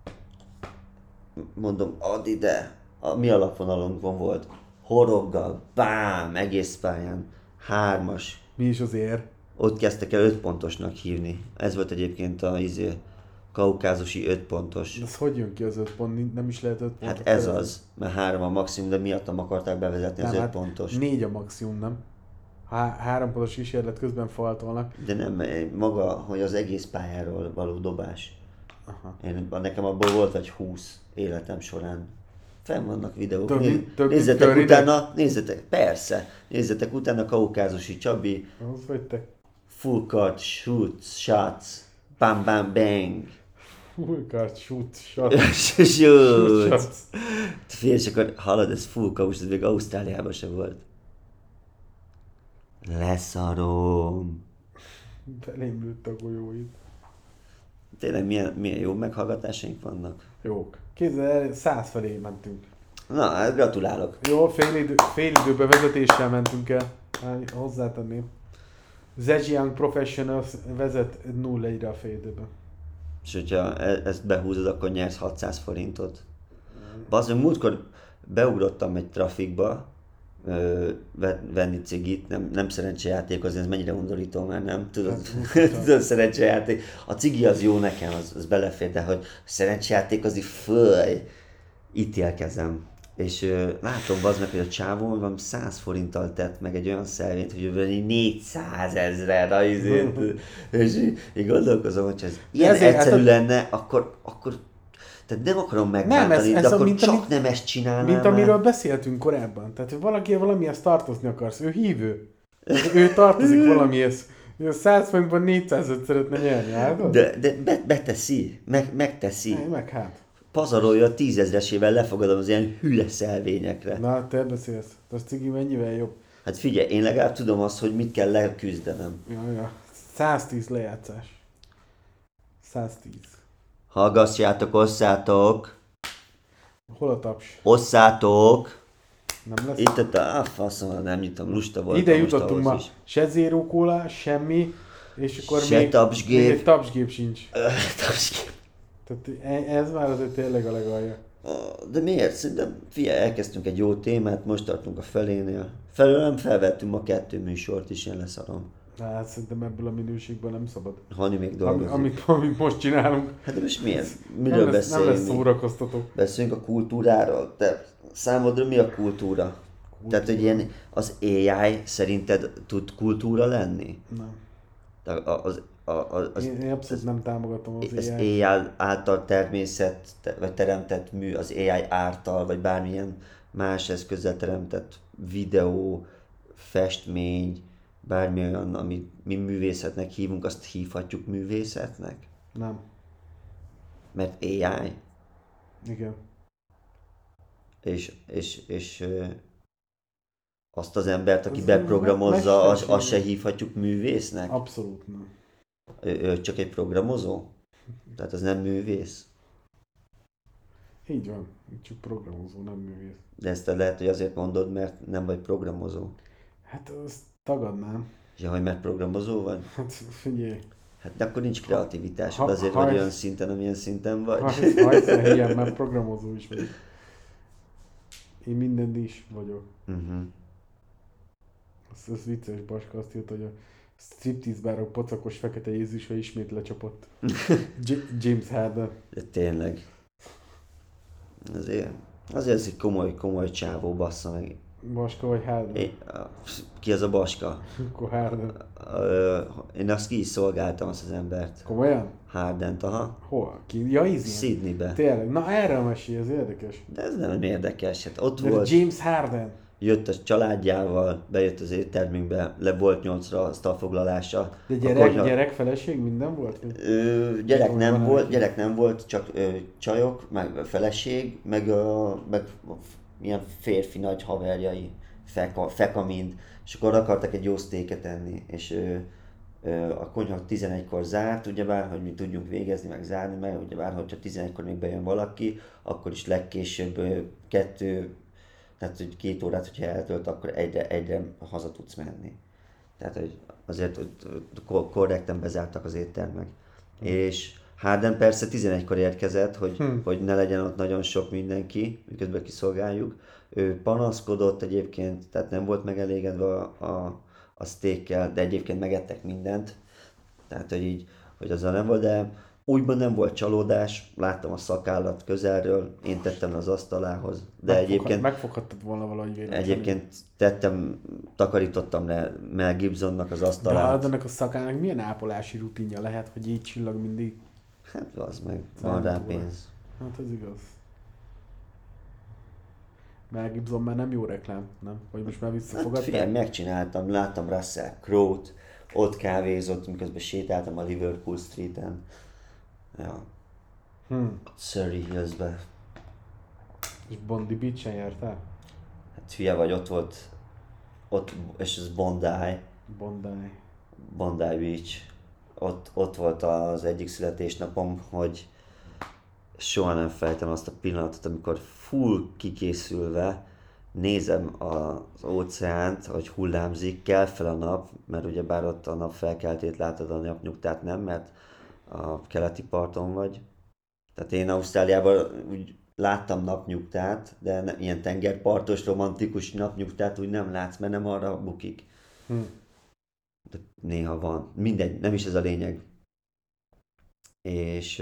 Mondom, add ide. Mi alapvonalunkon volt. Horoggal, bám, egész pályán. 3-as. Mi is az ér? Ott kezdtek el 5 pontosnak hívni. Ez volt egyébként a kaukázusi 5 pontos. De az hogy jön ki az 5 pont? Nem is lehet 5 pont. Hát ez az, mert 3 a maximum, de miattam akarták bevezetni az 5 pontos. 4 a maximum, nem? három pontos kísérlet közben faltolnak. De nem, maga, hogy az egész pályáról való dobás. Aha. Nekem abból volt vagy 20 életem során. Fenn vannak videók. Tök Nézzetek Currynek? utána, persze. Nézzetek utána Kaukázusi Csabi, Az vagy te. full cut, shots, bam bam bang. Full card, shoot, shot. Shoot. Figyelj, és akkor hallod, ez full cut, ez még Ausztráliában se volt. Leszarom. Belém lőtt a golyóit. Tényleg milyen jó meghallgatásaink vannak. Jók. Képzeld el, 100 felé mentünk. Na, hát gratulálok. Jó, fél időbe vezetéssel mentünk el. Hozzátenném. Zhejiang Professionals vezet 0-1-re a fél időben. És hogyha ezt behúzod, akkor nyersz 600 forintot. Bazdmeg, múltkor beugrottam egy trafikba, venni cigit, nem szerencsejátékozni, ez mennyire undorító már, nem? Tudod, szerencsejáték. A cigi az jó nekem, az belefér, de hogy szerencsejátékozni, föl, ítélkezem. És látom bazd meg, hogy a csávó van 100 forinttal tett meg egy olyan szelvényt, hogy venni 400 000-re izét. És így gondolkozom, hogy ha ez ilyen egyszerű lenne, akkor tehát nem akarom megbántani, de akkor csak nem ezt csinálnám. Mint amiről beszéltünk korábban. Tehát, hogy valamihez tartozni akarsz. Ő hívő. Ő tartozik valamihez. Ő 100 forintban 400-et szeretne nyerni, látod? De beteszi, megteszi. Meg hát. Pazarolja 10 000-esével lefogadom az ilyen hülye szelvényekre. Na, te beszélsz. Az cigi mennyivel jobb? Hát figyelj, én legalább tudom azt, hogy mit kell leküzdenem. Ja. 110 lejátszás. 110. Hallgassátok, osszátok! Hol a taps? Osszátok! Nem lesz? Itt faszom, nem nyitom, lusta voltam. Ide jutottunk ma. Se zero kóla, semmi, és akkor se még egy tapsgép sincs. Tapsgép. Tehát ez már azért tényleg a legalja. De miért? Szerintem, figyelj, elkezdtünk egy jó témát, most tartunk a felénél. Felől nem felvettünk ma 2 műsort is, én leszarom. Hát szerintem ebből a minőségből nem szabad. Hani még dolgozik. Amit most csinálunk. Hát de most miért? Miről beszélünk? Nem lesz szórakoztató. Beszéljünk a kultúráról. Te számodra mi a kultúra? Tehát, hogy ilyen az AI szerinted tud kultúra lenni? Nem. Én abszolút nem támogatom az AI által vagy teremtett mű, az AI által, vagy bármilyen más eszközzel teremtett videó, festmény, bármi olyan, amit mi művészetnek hívunk, azt hívhatjuk művészetnek? Nem. Mert AI? Igen. És azt az embert, aki beprogramozza, azt se hívhatjuk művésznek? Abszolút nem. Ő csak egy programozó? Tehát az nem művész? Így van, csak programozó, nem művész. De ezt lehet, hogy azért mondod, mert nem vagy programozó. Hát azt tagadnám. Ja, hogy mert programozó vagy? Hát figyelj. Hát de akkor nincs kreativitásod, azért vagy olyan szinten, amilyen szinten vagy. Hajszál helyen, mert programozó is vagyok. Én minden is vagyok. Ez vicces, Baska azt írta, hogy a striptease bárok pocakos fekete Jézusa ismét lecsapott. James Harden. De tényleg. Azért ez egy komoly csávó, bassza meg. Baska vagy Harden? Ki az a Baska? Akkor Harden. Én azt ki is szolgáltam, azt az embert. Komolyan? Hardent, aha. Hol? Ki? Ja, Sydneybe. Tényleg? Na erre mesélj, ez érdekes. De ez nem érdekes, hát ott de volt. James Harden. Jött a családjával, bejött az éttermünkbe, le volt 8-ra asztalfoglalása. De gyerek, feleség, minden volt? Gyerek nem volt, csak csajok, meg feleség, meg ilyen férfi nagy haverjai, feka mind. És akkor akartak egy jó sztéket enni, és a konyha 11-kor zárt, ugyebár, hogy mi tudjunk végezni, meg zárni, mert ugyebár, hogyha 11-kor még bejön valaki, akkor is legkésőbb 2, tehát hogy 2 órát, hogyha eltölt, akkor egyre haza tudsz menni. Tehát, hogy azért hogy korrekten bezártak az éttermek. És Harden persze 11-kor érkezett, hogy ne legyen ott nagyon sok mindenki, miközben kiszolgáljuk. Ő panaszkodott egyébként, tehát nem volt megelégedve a steakkel, de egyébként megettek mindent. Tehát, hogy azzal nem volt, de újban nem volt csalódás, láttam a szakállat közelről, én tettem le az asztalához, de Megfoghattad volna valahogy véletlenül. egyébként takarítottam le Mel Gibsonnak az De asztalát. ennek a szakának milyen ápolási rutinja lehet, hogy így csillag mindig? Hát az meg, van rá pénz. Hát ez igaz. Mel Gibson már nem jó reklám, nem? Vagy most már Hát visszafogadták? figyelj, megcsináltam, láttam Russell Crowe-t, ott kávézott, miközben sétáltam a Liverpool Street-en. Ja, Surrey Hills-be. És Bondi Beach-en jártál? Hát hülye vagy, ott és ez Bondi. Bondi Beach. Ott volt az egyik születésnapom, hogy soha nem fejtem azt a pillanatot, amikor full kikészülve nézem az óceánt, hogy hullámzik, kell fel a nap, mert ugyebár ott a nap felkeltét látod, a napnyugtát nem, mert a keleti parton vagy. Tehát én Ausztráliában úgy láttam napnyugtát, de ilyen tengerpartos, romantikus napnyugtát úgy nem látsz, mert nem arra bukik. De néha van. Mindegy, nem is ez a lényeg. És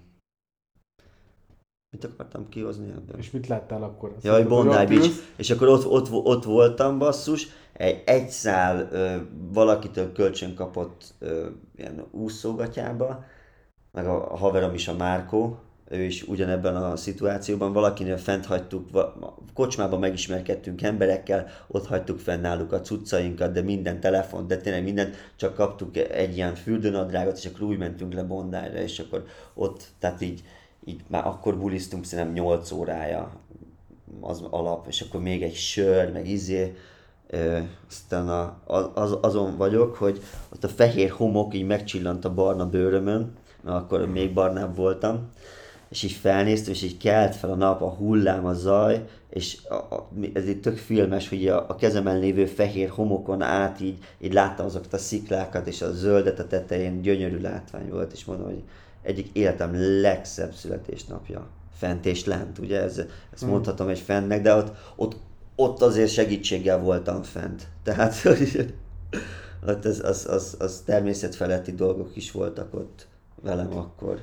mit akartam kihozni ebből? És mit láttál akkor? Jaj, Bondi Ott Beach. ülsz? És akkor ott voltam, basszus, egy szál valakitől kölcsön kapott ilyen úszógatyába, meg a haverom is, a Márkó, ő is ugyanebben a szituációban, valakinél fent hagytuk, kocsmában megismerkedtünk emberekkel, ott hagytuk fenn náluk a cuccainkat, de minden telefon, de tényleg mindent, csak kaptuk egy ilyen fürdőnadrágot, és akkor úgy mentünk le Bondára, és akkor ott, tehát így már akkor bulisztunk szerintem 8 órája az alap, és akkor még egy sör, meg aztán azon vagyok, hogy ott a fehér homok így megcsillant a barna bőrömön, mert akkor még barnább voltam, és így felnéztem, és így kelt fel a nap, a hullám, a zaj, és ez így tök filmes, hogy a kezemen lévő fehér homokon át így láttam azokat a sziklákat, és a zöldet a tetején, gyönyörű látvány volt, és mondom, hogy egyik életem legszebb születésnapja. Fent és lent, ugye, ezt mondhatom egy fentnek, de ott azért segítséggel voltam fent. Tehát, hogy ott az természetfeletti dolgok is voltak ott velem akkor.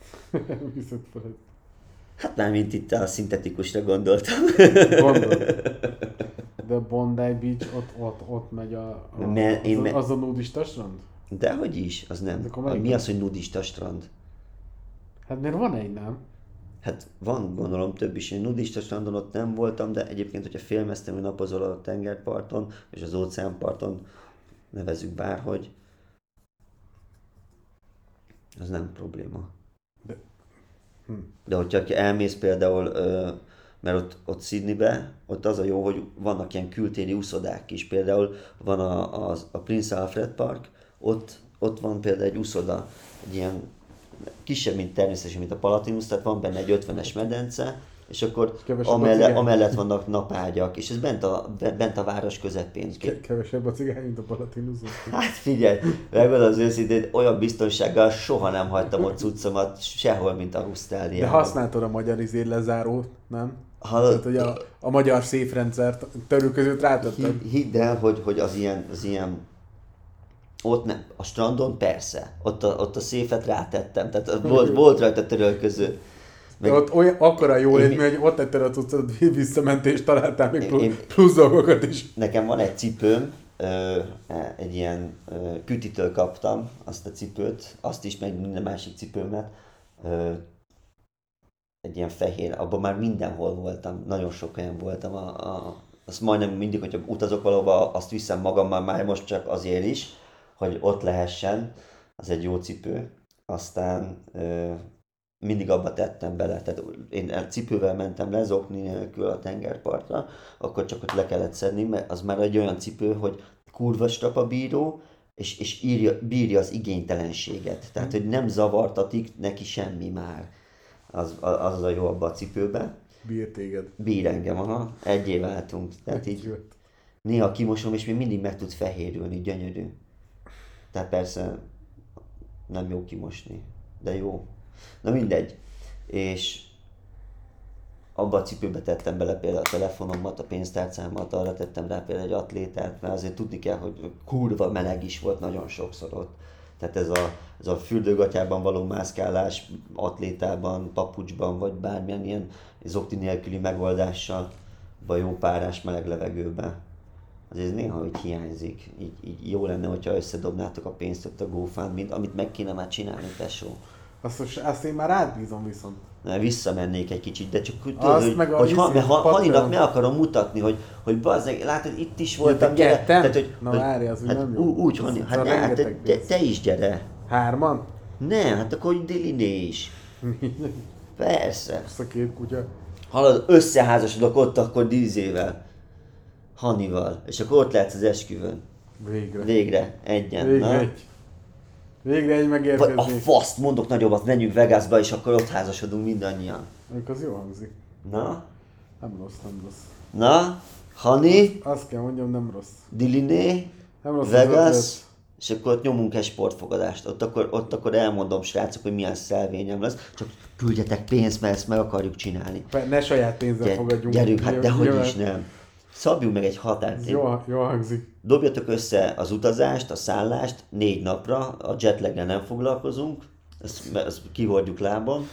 Hát már mint itt a szintetikusra gondoltam. De Bondi Beach, ott megy az a nudista strand? Dehogy is, az nem. Mi az, hogy nudista strand? Hát mert van egy, nem? Hát van, gondolom, több is. Én nudista strandon ott nem voltam, de egyébként, hogyha félmeztem, hogy napozol a tengerparton, és az óceánparton, nevezzük bárhogy, az nem probléma. De hogyha elmész például, mert ott Sydneybe, ott az a jó, hogy vannak ilyen kültéri úszodák is. Például van a Prince Alfred Park, ott van például egy úszoda, egy ilyen kisebb, mint természetesen, mint a Palatinus, tehát van benne egy 50-es medence, és akkor amellett vannak napágyak, és ez bent a város közepén. Kevesebb a cigány, mint a Palatinus. Hát figyelj, megmondom az őszintén, olyan biztonsággal soha nem hagytam ott cuccomat sehol, mint Ausztráliában. De használtad a magyar lezárót, nem? Tehát, hogy a magyar széfrendszert törülközőt rátetted. Hidd el, hogy az ilyen ott nem, a strandon persze, ott a széfet rátettem, tehát volt rajta törölköző. Ott akkora jó lett, hogy ott tetted a cuccot, visszamentél és találtál még plusz dolgokat is. Nekem van egy cipőm, egy ilyen Kütitől kaptam azt a cipőt, azt is, meg minden másik cipőmet. Egy ilyen fehér, abban már mindenhol voltam, nagyon sok helyen voltam. Azt majdnem mindig, hogyha utazok valahova, azt viszem magammal már most csak azért is, hogy ott lehessen, az egy jó cipő. Aztán mindig abba tettem bele, tehát én cipővel mentem le, zokni nélkül a tengerpartra, akkor csak ott le kellett szedni, mert az már egy olyan cipő, hogy kurva strapabíró, és bírja az igénytelenséget. Tehát, hogy nem zavartatik neki semmi már. Az a jó abba a cipőbe. Bír téged. Bír engem, aha. Egyé váltunk. Tehát így néha kimosom, és még mindig meg tud fehérülni, gyönyörű. Tehát persze nem jó kimosni, de jó. Na mindegy. És abba a cipőbe tettem bele például a telefonomat, a pénztárcámat, arra tettem rá például egy atlétát, mert azért tudni kell, hogy kurva meleg is volt nagyon sokszor ott. Tehát ez a fürdőgatyában való mászkálás, atlétában, papucsban, vagy bármilyen ilyen zokni nélküli megoldással, vagy jó párás meleg levegőben. Azért néha így hiányzik. Így jó lenne, hogyha összedobnátok a pénzt ott a GoFundMe-t, amit meg kéne már csinálni, tesó. Azt én már átbízom viszont. Na, visszamennék egy kicsit, de csak Azt tudod, meg a hogy izét, Haninak Patreon. meg akarom mutatni, hogy bazzeg, látod, itt is voltam, te gyere. ketten? Tehát, hogy, Na hogy, várj, az úgy hát, nem jó. úgy, Hani, Az hát a ne, hát rengeteg pénz. te is gyere. 3-an? Nem, hát akkor Diliné is. Persze. Azt a 2 kutya. Hallod, összeházasodok ott akkor Dizével. Hanival. És akkor ott lehetsz az esküvőn. Végre. Végre, egyen. Végre Na? egy. Végre egy Vagy a megérkezni. faszt, mondok nagyobbat, menjünk Vegasba, és akkor ott házasodunk mindannyian. Az jó hangzik. Na? Nem rossz, nem rossz. Na? Hani? Azt kell mondjam, nem rossz. Diliné? Nem rossz az Vegas? ötlet. És akkor ott nyomunk egy sportfogadást. Ott akkor elmondom, srácok, hogy milyen szelvényem lesz. Csak küldjetek pénzt, mert ezt meg akarjuk csinálni. Ne saját pénzzel fogadjunk. Gyerünk, hát dehogy Nyilván. is nem. Szabjunk meg egy határt. Ez jó hangzik. Dobjatok össze az utazást, a szállást 4 napra, a jetlaggel nem foglalkozunk, ezt kihordjuk lábon,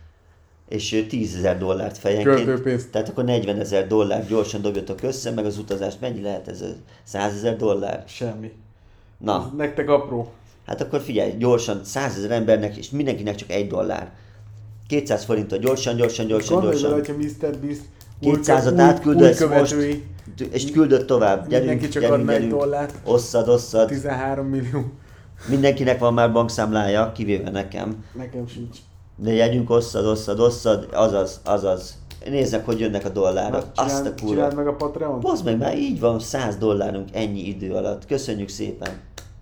és $10,000 fejenként, Költőpénzt. tehát akkor $40,000 gyorsan dobjatok össze, meg az utazást mennyi lehet ez? $100,000? Semmi. Na, Ez nektek apró. hát akkor figyelj, gyorsan 100,000 embernek, és mindenkinek csak $1. 200 forintot gyorsan. Gondolj bele, hogyha Mr. Beast 200-at új átküldesz most, követői, és küldött tovább. mindenki csak adna $1. Osszad. 13 millió. Mindenkinek van már bankszámlája, kivéve nekem. Nekem sincs. De jegyünk osszad, azaz. Nézzek, hogy jönnek a dollárok. Azt a kurva. Csináld meg a Patreon. Bozd meg, már így van $100 ennyi idő alatt. Köszönjük szépen.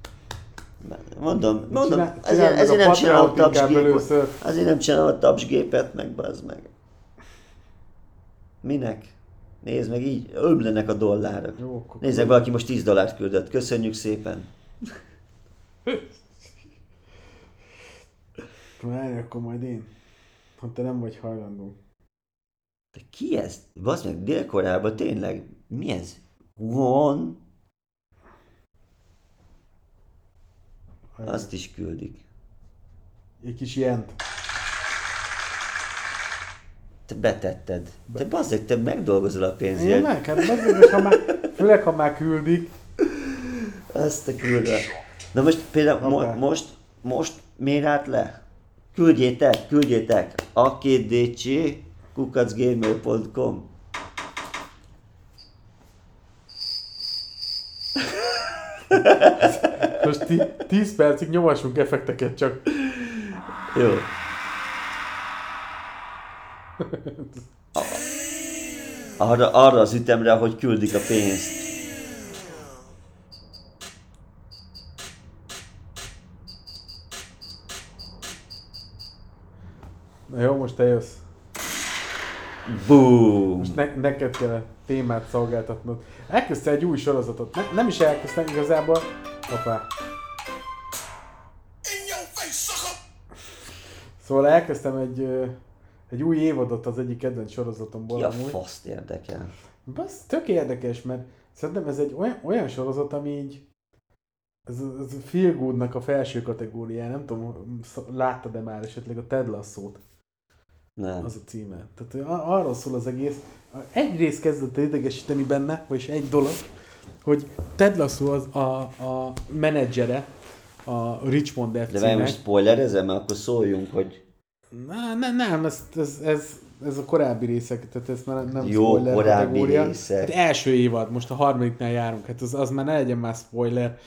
Mondom, Csináld meg ezért a nem csinálom Patreont inkább tapsgépet. először. Azért nem csinálom a tapsgépet, meg bazd meg. Minek? Nézd meg, így ömlenek a dollárok. Jó, akkor Nézzek, valaki most $10 küldött. Köszönjük szépen. Várj, akkor majd én. Ha te nem vagy hajlandó. De ki ez? Bazd meg, Dél-Koreában tényleg? Mi ez? Won? Azt is küldik. Egy kis jent. Te betetted. Te bazzeg, te megdolgozol a Én pénzért. meg, hát azért, ha már, főleg ha már küldik. Azt a kurva. Na most például Hoppá. most miért állt le? Küldjétek. a2dc@gmail.com. Most 10 percig nyomassunk effekteket csak. Jó. Arra az ütemre, hogy küldik a pénzt. Na jó, most te jössz. Boom! Most neked kell a témát szolgáltatnod. Elkezdte egy új sorozatot. Nem is elkezdtem igazából. Hoppá. Szóval elkezdtem egy új évadot az egyik kedvenc sorozatomból. Ki a amúgy. faszt érdekel? Ez tök érdekes, mert szerintem ez egy olyan sorozat, ami így ez a Feel Good-nak a felső kategóriája. Nem tudom, láttad-e már esetleg a Ted Lasso-t? Nem. Az a címe. Tehát arról szól az egész. Egyrészt kezdett idegesíteni benne, vagyis egy dolog, hogy Ted Lasso az a menedzsere a Richmond De FC-nek. várj, most spoilerezem, mert akkor szóljunk, hogy Nem, ez a korábbi részek, tehát ez már nem jó, spoiler korábbi kategória. részek. Hát első évad, most a harmadiknál járunk, hát az már ne legyen már spoiler.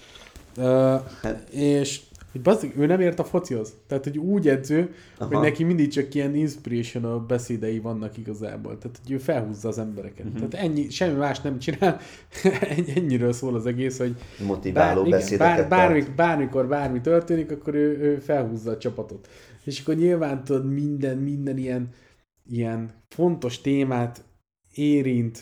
És hogy bazdmeg, ő nem ért a focihoz. Tehát, hogy úgy edző, Aha. hogy neki mindig csak ilyen inspirational beszédei vannak igazából. Tehát, hogy ő felhúzza az embereket. Tehát ennyi, semmi más nem csinál. Ennyiről szól az egész, hogy motiváló beszédeket tart. bármikor bármi történik, akkor ő felhúzza a csapatot. És akkor nyilván tudod, minden ilyen fontos témát érint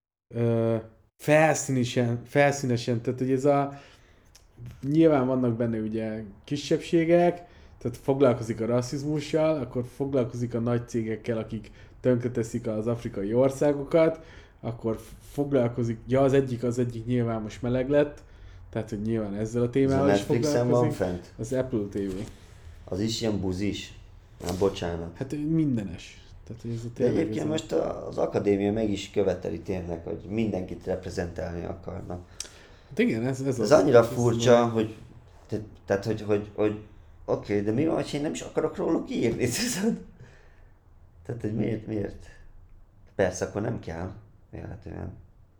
felszínesen, tehát hogy ez nyilván vannak benne ugye kisebbségek, tehát foglalkozik a rasszizmussal, akkor foglalkozik a nagy cégekkel, akik tönkreteszik az afrikai országokat, akkor foglalkozik, az egyik nyilván most meleg lett, Tehát, hogy nyilván ezzel a Ez a témával is Netflixen van foglalkozik. fent? Az Apple TV. Az is ilyen buzis? Hát bocsánat. Hát mindenes. Tehát, hogy ez a De tényleg egyébként ez most az akadémia meg is követeli tényleg, hogy mindenkit reprezentálni akarnak. Hát igen, ez Ez az. annyira ez furcsa, az- hogy tehát, hogy oké, de mi van, hogy én nem is akarok róluk írni, tudod? Tehát, hogy miért? Persze, akkor nem kell, véletlenül.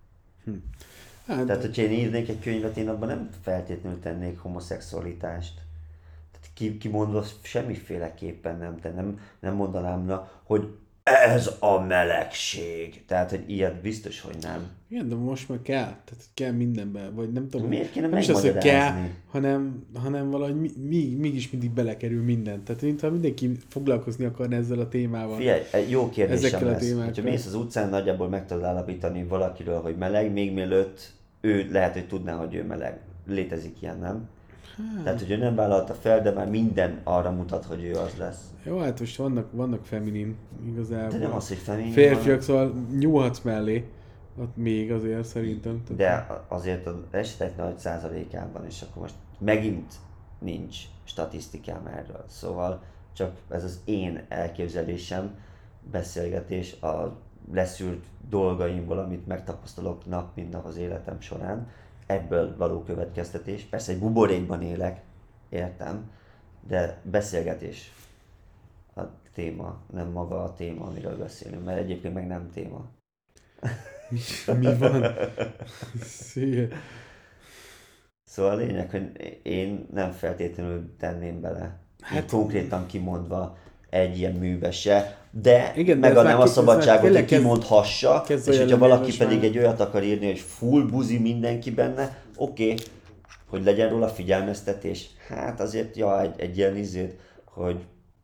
Hát, Tehát, hogyha én írnék egy könyvet, én abban nem feltétlenül tennék homoszexualitást. Tehát kimondva semmiféleképpen nem tenném, nem mondanám, hogy ez a melegség. Tehát, hogy ilyet biztos, hogy nem. igen, de most már kell. Tehát hogy kell mindenbe. Vagy nem tudom. Miért kéne nem is az, hogy kell, megmagyarázni? hanem valahogy mégis mindig belekerül minden. Tehát mintha mindenki foglalkozni akarna ezzel a témával. Figyelj, egy jó kérdésem Ezekkel a lesz. témákkal. Hogyha mész az utcán, nagyjából meg tudod állapítani valakiről, hogy meleg, még mielőtt ő lehet, hogy tudná, hogy ő meleg. Létezik ilyen, nem? Tehát, hogy ő nem vállalta fel, de már minden arra mutat, hogy ő az lesz. Jó, hát most vannak feminin igazából. De nem az, hogy feminin, Férfiak, szóval nyúlhatsz mellé. Ott még azért szerintem. de azért az esetek nagy százalékában, és akkor most megint nincs statisztikám erről. Szóval csak ez az én elképzelésem, beszélgetés a leszűrt dolgaimból, amit megtapasztalok nap, mint nap az életem során. Ebből való következtetés. Persze egy buborékban élek, értem, de beszélgetés a téma, nem maga a téma, amiről beszélünk, mert egyébként meg nem téma. Mi van? Szia. Szóval a lényeg, hogy én nem feltétlenül tenném bele, Hát- konkrétan kimondva egy ilyen műbe se, de Igen, de ez megadnám már a ez már szabadságot, hogy tényleg kimondhassa, kezd és olyan hogyha lenni valaki most pedig már. egy olyat akar írni, hogy full buzi mindenki benne, oké, hogy legyen róla figyelmeztetés. Hát azért, ja, egy ilyen izét, hogy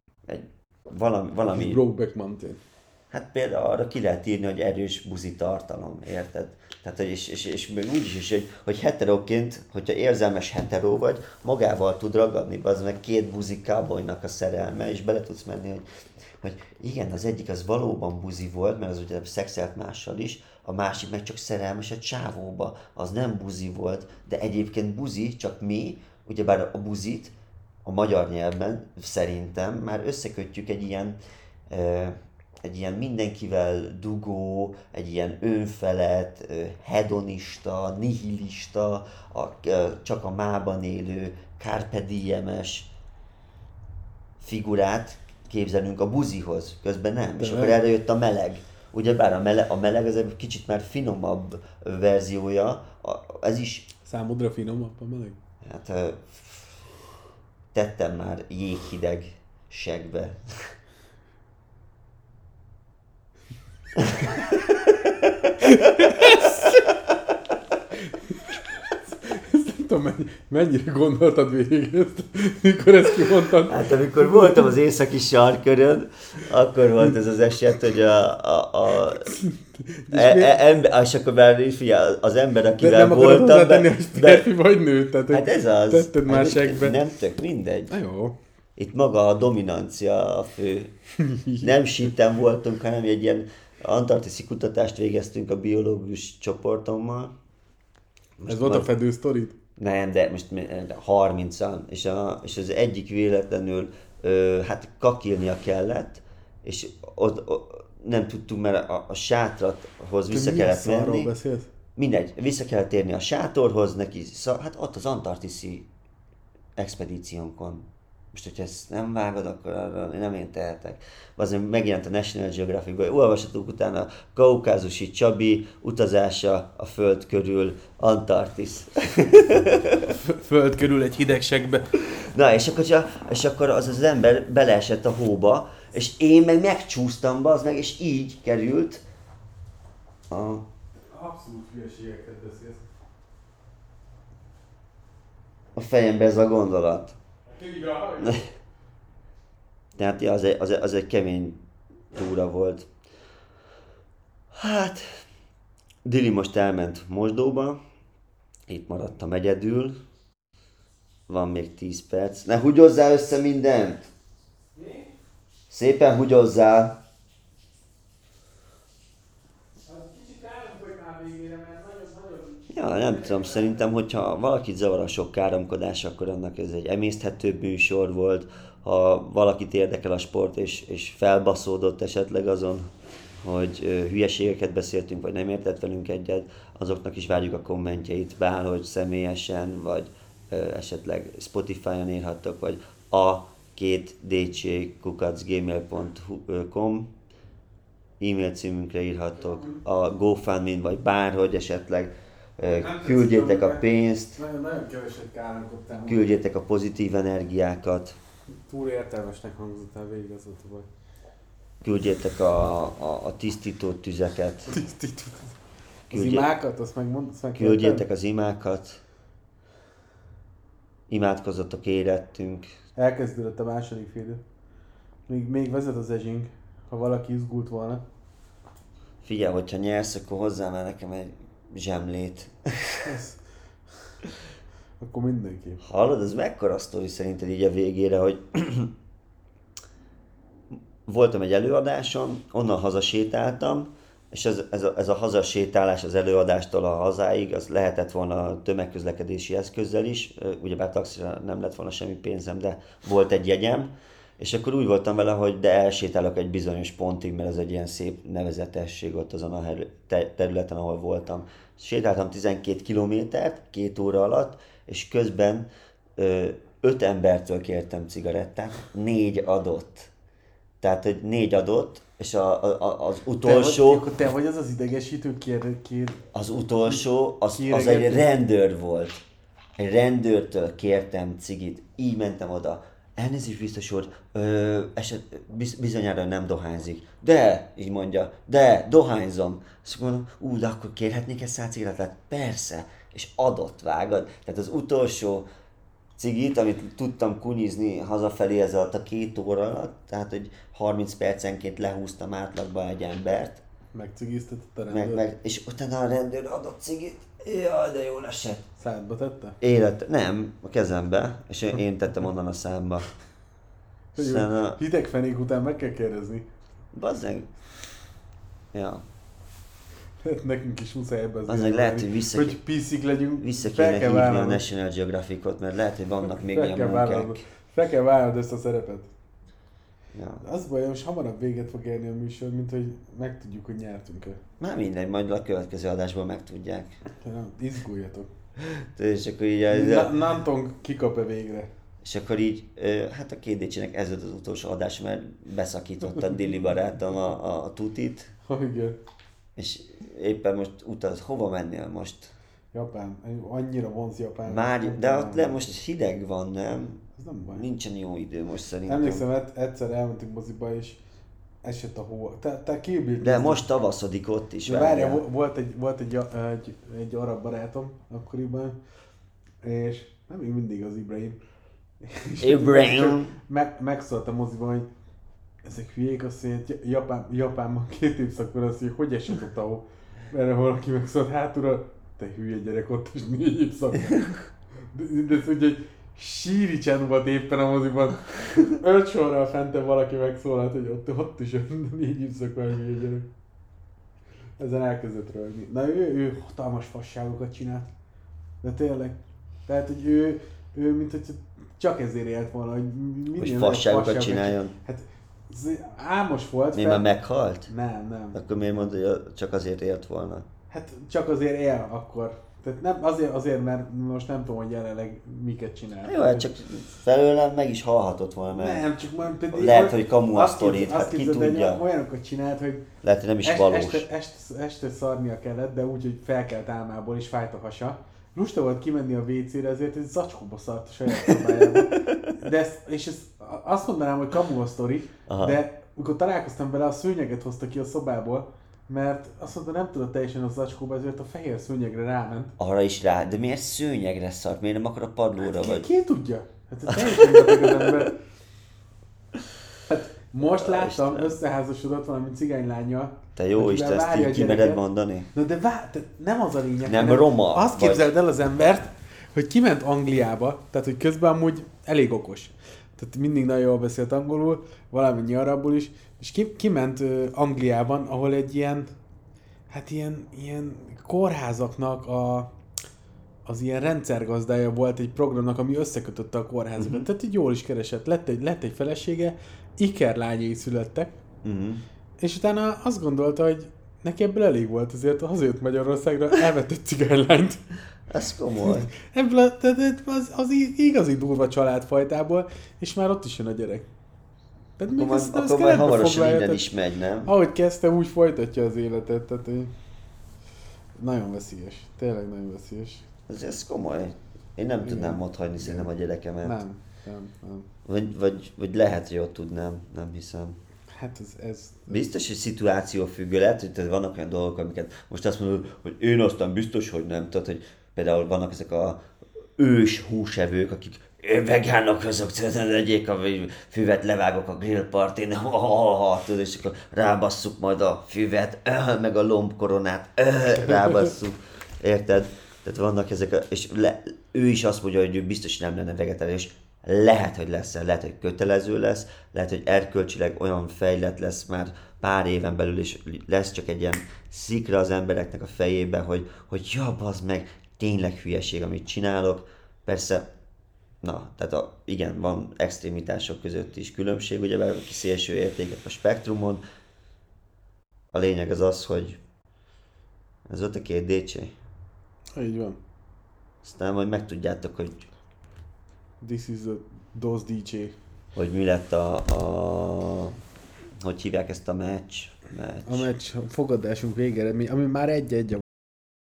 valami Brokeback Mountain. hát például arra ki lehet írni, hogy erős buzi tartalom, érted? Tehát, hogy és még úgy is, hogy heteroként, hogyha érzelmes hetero vagy, magával tud ragadni, az meg két buzi cowboynak a szerelme, és bele tudsz menni, hogy igen, az egyik az valóban buzi volt, mert az ugye szexelt mással is, a másik meg csak szerelmes a csávóba, az nem buzi volt, de egyébként buzi, csak mi, ugyebár a buzit a magyar nyelvben szerintem már összekötjük egy ilyen mindenkivel dugó, egy ilyen önfelett, hedonista, nihilista, csak a mában élő, carpe diem-es figurát képzelünk a buzihoz, közben nem. És akkor erre jött a meleg. Ugyebár a meleg az egy kicsit már finomabb verziója, ez is, Számodra finomabb a meleg? hát tettem már jéghideg segbe. Nem tudom, mennyire gondoltad végig ezt, mikor ezt kimondtad. Hát amikor voltam az északi sarkörön, akkor volt ez az eset, hogy és akkor már figyelj, az ember, De akivel nem akarod voltam, hozzátenni, hogy férfi vagy nő, tehát hát ez az. tetted már Hát segbe. nem tök mindegy. Na jó. Itt maga a dominancia a fő. Nem síten voltunk, hanem egy ilyen antarktiszi kutatást végeztünk a biológus csoportommal. Ez volt a fedő sztorid? Nem, de most 30-an, és az egyik véletlenül hát kakilnia kellett, és ott nem tudtunk, mert a sátrathoz vissza kellett Milyen szarról menni. beszélsz? Mindegy, vissza kellett térni a sátorhoz, neki, hát ott az antarktiszi expedíciónkon. Most, hogyha ezt nem vágod, akkor arra nem én tehetek. Azért megjelent a National Geographic-ban, olvashatunk utána Kaukázusi Csabi utazása a Föld körül, Antarktisz. Föld körül egy hidegségbe. Na, és akkor az ember beleesett a hóba, és én meg megcsúsztam, bazd meg, és így került Abszolút hülyeségeket beszélsz. a fejembe ez a gondolat. Igen, Tehát ja, az egy kemény túra volt. Hát, Dili most elment mosdóba, itt maradtam egyedül. Van még 10 perc. Ne hugyozzál össze mindent! Szépen hugyozzál! Kicsit elmondjuk már végére, mert Ja, nem tudom, szerintem, hogyha valakit zavar a sok káromkodás, akkor annak ez egy emészthetőbb műsor volt. Ha valakit érdekel a sport, és felbaszódott esetleg azon, hogy hülyeségeket beszéltünk, vagy nem értett velünk egyet, azoknak is várjuk a kommentjeit, bárhogy személyesen, vagy esetleg Spotify-on írhattok, vagy a2dc@gmail.com e-mail címünkre írhattok, a GoFundMe-n, vagy bárhogy esetleg küldjétek a pénzt, Nagyon keveset káromkodtál. küldjétek a pozitív energiákat, Túl értelmesnek hangzottál végig az vagy. küldjétek a tisztító tüzeket, Tisztítod. Az Küldjé- imákat, azt megmondod? küldjétek az imákat, imádkozzatok érettünk. Elkezdődött a második fél idő. Még vezet az ezsink, ha valaki izgult volna. Figyelj, hogyha nyersz, akkor hozzá már nekem egy zsemlét. Ez... Akkor mindenki. Hallod, ez mekkora sztori szerinted így a végére, hogy voltam egy előadáson, onnan hazasétáltam, és ez a hazasétálás az előadástól a hazáig, az lehetett volna tömegközlekedési eszközzel is, ugyebár taxira nem lett volna semmi pénzem, de volt egy jegyem, és akkor úgy voltam vele, hogy de elsétálok egy bizonyos pontig, mert ez egy ilyen szép nevezetesség ott azon a területen, ahol voltam. Sétáltam 12 kilométert 2 óra alatt, és közben 5 embertől kértem cigarettát, 4 adott. Tehát, hogy 4 adott, és az utolsó... Te vagy az az idegesítő kér... Az utolsó, az Kiregető. egy rendőr volt. Egy rendőrtől kértem cigit. Így mentem oda. Elnézést, biztos úr, bizonyára nem dohányzik. De, így mondja, de, dohányzom. Azt mondom, de akkor kérhetnék egy 100 cigarettát? Persze. És adott, vágod. Tehát az utolsó cigit, amit tudtam kunyizni hazafelé ez alatt a 2 óra alatt, tehát hogy 30 percenként lehúztam átlagban egy embert, Megcigiztetett a rendőr. és utána a rendőr adott cigit, jaj, de jól esett. Szádba tette? Nem, a kezembe, és én tettem onnan a számba. Aztán Hideg fenék után meg kell kérdezni. bazzeg, ja, Nekünk is muszáj ebbe az bazzeg irányba lehet, menni. hogy Hogy piszik legyünk, vissza fel kéne kell hívni a vállalnod. National Geographicot, mert lehet, hogy vannak még Fel ilyen kell vállalnod. munkák. Fel kell vállalnod ezt a szerepet. Ja. Az baj, most hamarabb véget fog érni a műsor, mint hogy megtudjuk, hogy nyertünk-e. Már mindegy, majd a következő adásból megtudják. Nem, izguljatok. És akkor így, Nantong kikap-e végre? és akkor így, hát a 2DC-nek ez volt az utolsó adás, mert beszakította a Dilli barátom a tutit, Igen. és éppen most utaz, hova mennél most? Japán. Annyira vonz Japán. Már, de ott most hideg van, nem? Ez nem baj. Nincsen jó idő most szerintem. Emlékszem, egyszer elmentünk moziba, és esett a hó. Te Kill Bill-t De nézted? most tavaszodik ott is, De várjál. várjál, volt egy arab barátom akkoriban, és nem még mindig az Ibrahim. És Ibrahim. Megszólt a moziban, hogy ezek hülyék, azt mondja, Japánban 2 évszakban azt mondja, hogy esett a tau. Erre valaki megszólt hátulra, te hülye gyerek, ott is 4 évszak. De ez úgy, hogy síri csend volt éppen a moziban. 5 sorral fentebb valaki megszólalt, hogy ott is 4 évszak van, hülye gyerek. Ezen elkezdett rögni. Na ő hatalmas fasságokat csinált. De tényleg. Tehát, hogy ő mint hogy csak ezért élt volna, hogy minél Hogy nagyobb fasságokat csináljon. Hát álmos volt. Mi már meghalt? Nem. Akkor miért mondod, hogy csak azért élt volna? Hát csak azért él akkor. Tehát nem azért, mert most nem tudom, hogy jelenleg miket csinál. Jó, hát csak felőlem meg is hallhatott volna, mert Nem, csak majd pedig... lehet, hogy kamu a azt sztorit, képzeld- hát azt ki képzeld, hogy tudja. Olyanokat csinált, hogy Lehet, hogy nem is valós. este szarnia kellett, de úgy, hogy felkelt álmából és fájt a hasa. Lusta volt kimenni a WC-re, ezért egy zacskóba szart a saját szobájába. Azt mondanám, hogy kamu a sztori, Aha. de amikor találkoztam vele, a szőnyeget hozta ki a szobából, mert azt mondta, nem tudott teljesen a zacskóba, ezért a fehér szőnyegre ráment. Arra is rá, de miért szőnyegre szart? Miért nem akar a padlóra vagy? Ki tudja? Hát ez teljesen beteg az ember. Hát most láttam, összeházasodott valami cigánylánnyal. Te jó akivel Isten, ezt várja a így ki mered gyereket. mondani? Na de nem az a lényeg. Nem hanem roma Azt vagy. képzeld el az embert, hogy kiment Angliába, tehát hogy közben amúgy elég okos. Tehát mindig nagyon jól beszélt angolul, valamennyi arabul is, és kiment Angliában, ahol egy ilyen hát ilyen kórházaknak az ilyen rendszergazdája volt egy programnak, ami összekötötte a kórházakat. Tehát így jól is keresett. Lett egy felesége, ikerlányai születtek, és utána azt gondolta, hogy neki ebből elég volt, azért hazajött Magyarországra, elvett egy cigánylányt. Ez komoly. Ebből az igazi durva családfajtából, és már ott is jön a gyerek. Tehát még Akkor majd hamarosan innen is megy, nem? Ahogy kezdte, úgy folytatja az életet, tehát hogy nagyon veszélyes. Tényleg nagyon veszélyes. Ez komoly. Én nem tudnám otthagyni szerintem a gyerekemet. Nem. Vagy lehet, hogy ott tudnám, nem hiszem. Hát ez... Biztos, hogy szituáció függő, lehet, hogy vannak olyan dolgok, amiket most azt mondod, hogy én aztán biztos, hogy nem. Tehát, hogy például vannak ezek a ős húsevők, akik vegánok azok, egyék a füvet, levágok a grillpartin, tudod, és akkor rábasszuk majd a füvet, meg a lombkoronát, rábasszuk, érted? Tehát vannak ezek és ő is azt mondja, hogy ő biztos, hogy nem lenne vegetáriánus. Lehet, hogy lesz, lehet, hogy kötelező lesz, lehet, hogy erkölcsileg olyan fejlett lesz már pár éven belül, és lesz csak egy ilyen szikra az embereknek a fejébe, hogy ja, bazd meg, tényleg hülyeség, amit csinálok. Persze, tehát igen, van extrémitások között is különbség, ugye, aki szélső értékek a spektrumon. A lényeg az, hogy ez ott a két DC. Így van. Aztán majd megtudjátok, hogy This is a DOS DJ. hogy mi lett hogy hívják ezt a meccs? A meccs fogadásunk végeredmény, ami már 1-1